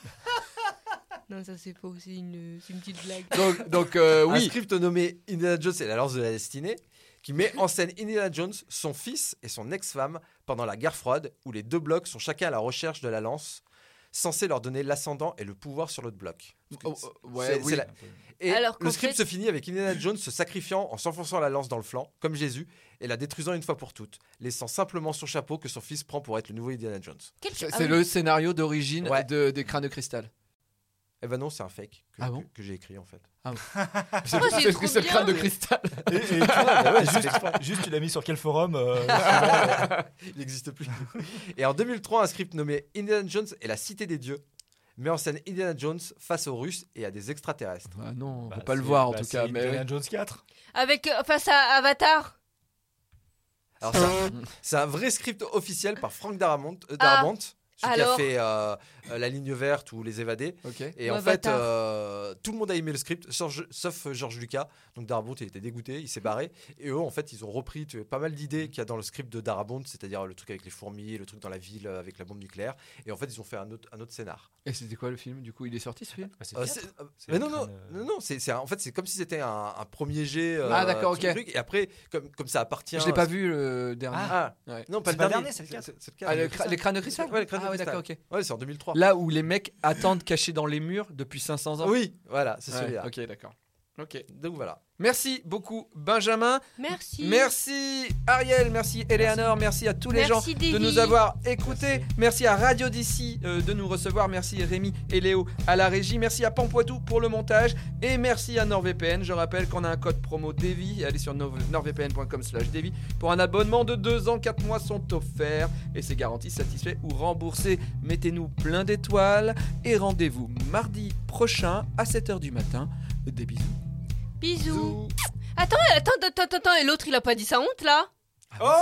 Non, ça c'est faux, c'est une, c'est une petite blague. Donc, donc euh, Un oui. script nommé Indiana Jones et la lance de la destinée, qui met en scène Indiana Jones, son fils et son ex-femme pendant la guerre froide, où les deux blocs sont chacun à la recherche de la lance, censé leur donner l'ascendant et le pouvoir sur l'autre bloc. Oh, oh, ouais, C'est- oui. c'est la- Et Alors qu'en le script fait- se finit avec Indiana Jones se sacrifiant en s'enfonçant la lance dans le flanc, comme Jésus, et la détruisant une fois pour toutes, laissant simplement son chapeau que son fils prend pour être le nouveau Indiana Jones. Quel- C'est ah c'est oui. le scénario d'origine Ouais. de, des crânes de cristal. Eh ben non, c'est un fake que, Ah bon que- que j'ai écrit en fait. C'est Oh, c'est trop c'est le crâne de bien. cristal. Et, et toi, juste, juste, tu l'as mis sur quel forum euh, Il n'existe plus. Et en deux mille trois, un script nommé Indiana Jones et la cité des dieux met en scène Indiana Jones face aux Russes et à des extraterrestres. Ah non, on Bah, peut pas le c'est- voir en bah, tout c'est cas. Mais Indiana Jones quatre. Avec, euh, face à Avatar. Alors c'est un, c'est un vrai script officiel par Frank Darabont, euh, Ah, Darabont, celui alors qui a fait euh, euh, La Ligne Verte ou Les Évadés. ok. Et Ou en fait, Avatar. euh, tout le monde a aimé le script, sauf, sauf George Lucas. Donc Darabont, il était dégoûté, il s'est barré. Et eux, en fait, ils ont repris tu vois, pas mal d'idées qu'il y a dans le script de Darabont, c'est-à-dire le truc avec les fourmis, le truc dans la ville euh, avec la bombe nucléaire. Et en fait, ils ont fait un autre, un autre scénar. Et c'était quoi le film? Du coup, il est sorti ce film? Bah, c'est Euh, quatre. c'est- euh, C'est mais le non, non, crâne, euh, non, non, c'est, c'est un- en fait, c'est comme si c'était un, un premier jet. euh, Ah, d'accord, sur le ok. truc. Et après, comme, comme ça appartient. Je l'ai pas vu le dernier. Ah, Ouais. non, pas C'est le pas le dernier, dernier, c'est le quatre. c'est le Ah, quatre. le cra- les crânes de cristal? Ouais, les crânes de Ah ouais, cristal. d'accord, ok. Ouais, c'est en deux mille trois. Là où les mecs attendent cachés dans les murs depuis cinq cents ans. Oui, voilà, c'est Ouais, celui-là. ok, d'accord. Ok. Donc voilà. Merci beaucoup, Benjamin. Merci. Merci, Ariel. Merci, Eleanor. Merci à tous les Merci, gens Davy. de nous avoir écoutés. Merci, à Radio d'ici euh, de nous recevoir. Merci, Rémi et Léo à la régie. Merci à Pampoitou pour le montage. Et merci à NordVPN. Je rappelle qu'on a un code promo Davy. Allez sur nordvpn point com slash Davy pour un abonnement de deux ans. quatre mois sont offerts. Et c'est garanti satisfait ou remboursé. Mettez-nous plein d'étoiles. Et rendez-vous mardi prochain à sept heures du matin. Des bisous. Bisous. Attends, attends, attends, attends, attends, et l'autre il a pas dit sa honte là? Oh,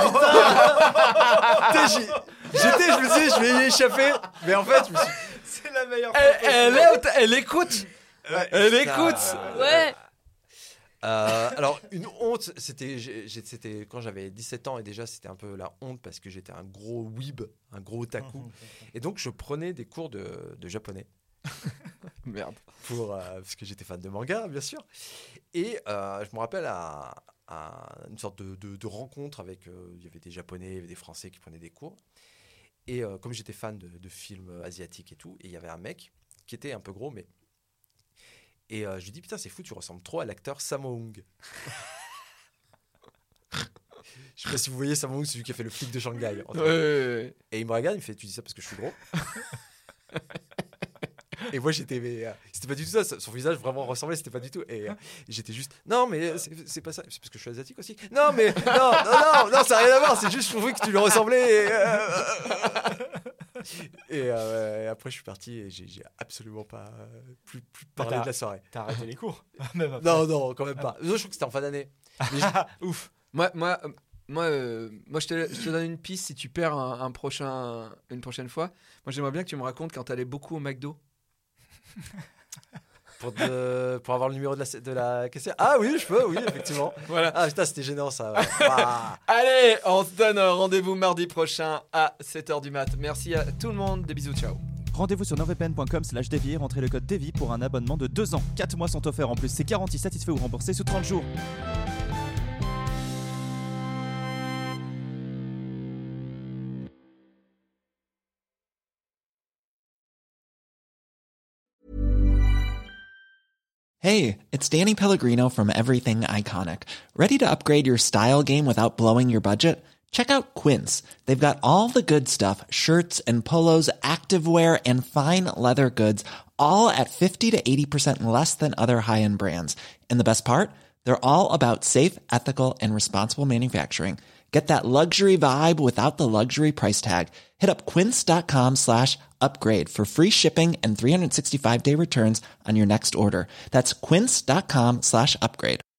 putain, j'y- J'étais, je me disais, je vais y échapper. Mais en fait, je me suis. C'est la meilleure. Elle, elle, est- elle écoute. Elle Putain. écoute. Ouais. Euh, alors, une honte, c'était, j'ai- j'ai- c'était quand j'avais dix-sept ans et déjà c'était un peu la honte parce que j'étais un gros weeb, un gros otaku. Et donc, je prenais des cours de, de japonais. Merde. Pour, euh, parce que j'étais fan de manga, bien sûr. Et euh, je me rappelle à, à une sorte de, de- de rencontre avec. euh, Il y avait des Japonais, il y avait des Français qui prenaient des cours. Et euh, comme j'étais fan de, de films asiatiques et tout, et il y avait un mec qui était un peu gros, mais. Et euh, je lui dis, putain, c'est fou, tu ressembles trop à l'acteur Sammo Hung. Je sais pas si vous voyez Sammo Hung, c'est celui qui a fait le flic de Shanghai. en fait. Ouais, ouais, ouais. Et il me regarde, il me fait, tu dis ça parce que je suis gros. Et moi j'étais, mais, euh, c'était pas du tout ça. Son visage vraiment ressemblait, c'était pas du tout. Et euh, j'étais juste, non mais c'est, c'est pas ça. C'est parce que je suis asiatique aussi. Non mais non, non, non, non, ça n'a rien à voir. C'est juste je trouvais que tu lui ressemblais. Et, euh, et, euh, et après, je suis parti et j'ai, j'ai absolument pas euh, plus, plus parlé T'as- de la soirée. T'as arrêté les cours Même après. Non, non, quand même pas. Non, je trouve que c'était en fin d'année. Ouf. Moi, moi, euh, moi, euh, moi je, te, je te donne une piste si tu perds un, un prochain, une prochaine fois. Moi, j'aimerais bien que tu me racontes quand t'allais beaucoup au McDo. Pour, de, pour avoir le numéro de la, de la caissière. Ah oui, je peux, oui, effectivement. Voilà. Ah putain, c'était gênant ça. Ouais. Ah. Allez, on se donne rendez-vous mardi prochain à sept heures du mat. Merci à tout le monde. Des bisous, ciao. Rendez-vous sur nordvpn point com slash devi et rentrez le code devi pour un abonnement de deux ans. quatre mois sont offerts en plus, c'est garanti satisfait ou remboursé sous trente jours. Hey, it's Danny Pellegrino from Everything Iconic. Ready to upgrade your style game without blowing your budget? Check out Quince. They've got all the good stuff, shirts and polos, activewear, and fine leather goods, all at fifty to eighty percent less than other high-end brands. And the best part? They're all about safe, ethical, and responsible manufacturing. Get that luxury vibe without the luxury price tag. Hit up quince.com slash upgrade for free shipping and three sixty-five day returns on your next order. That's quince.com slash upgrade.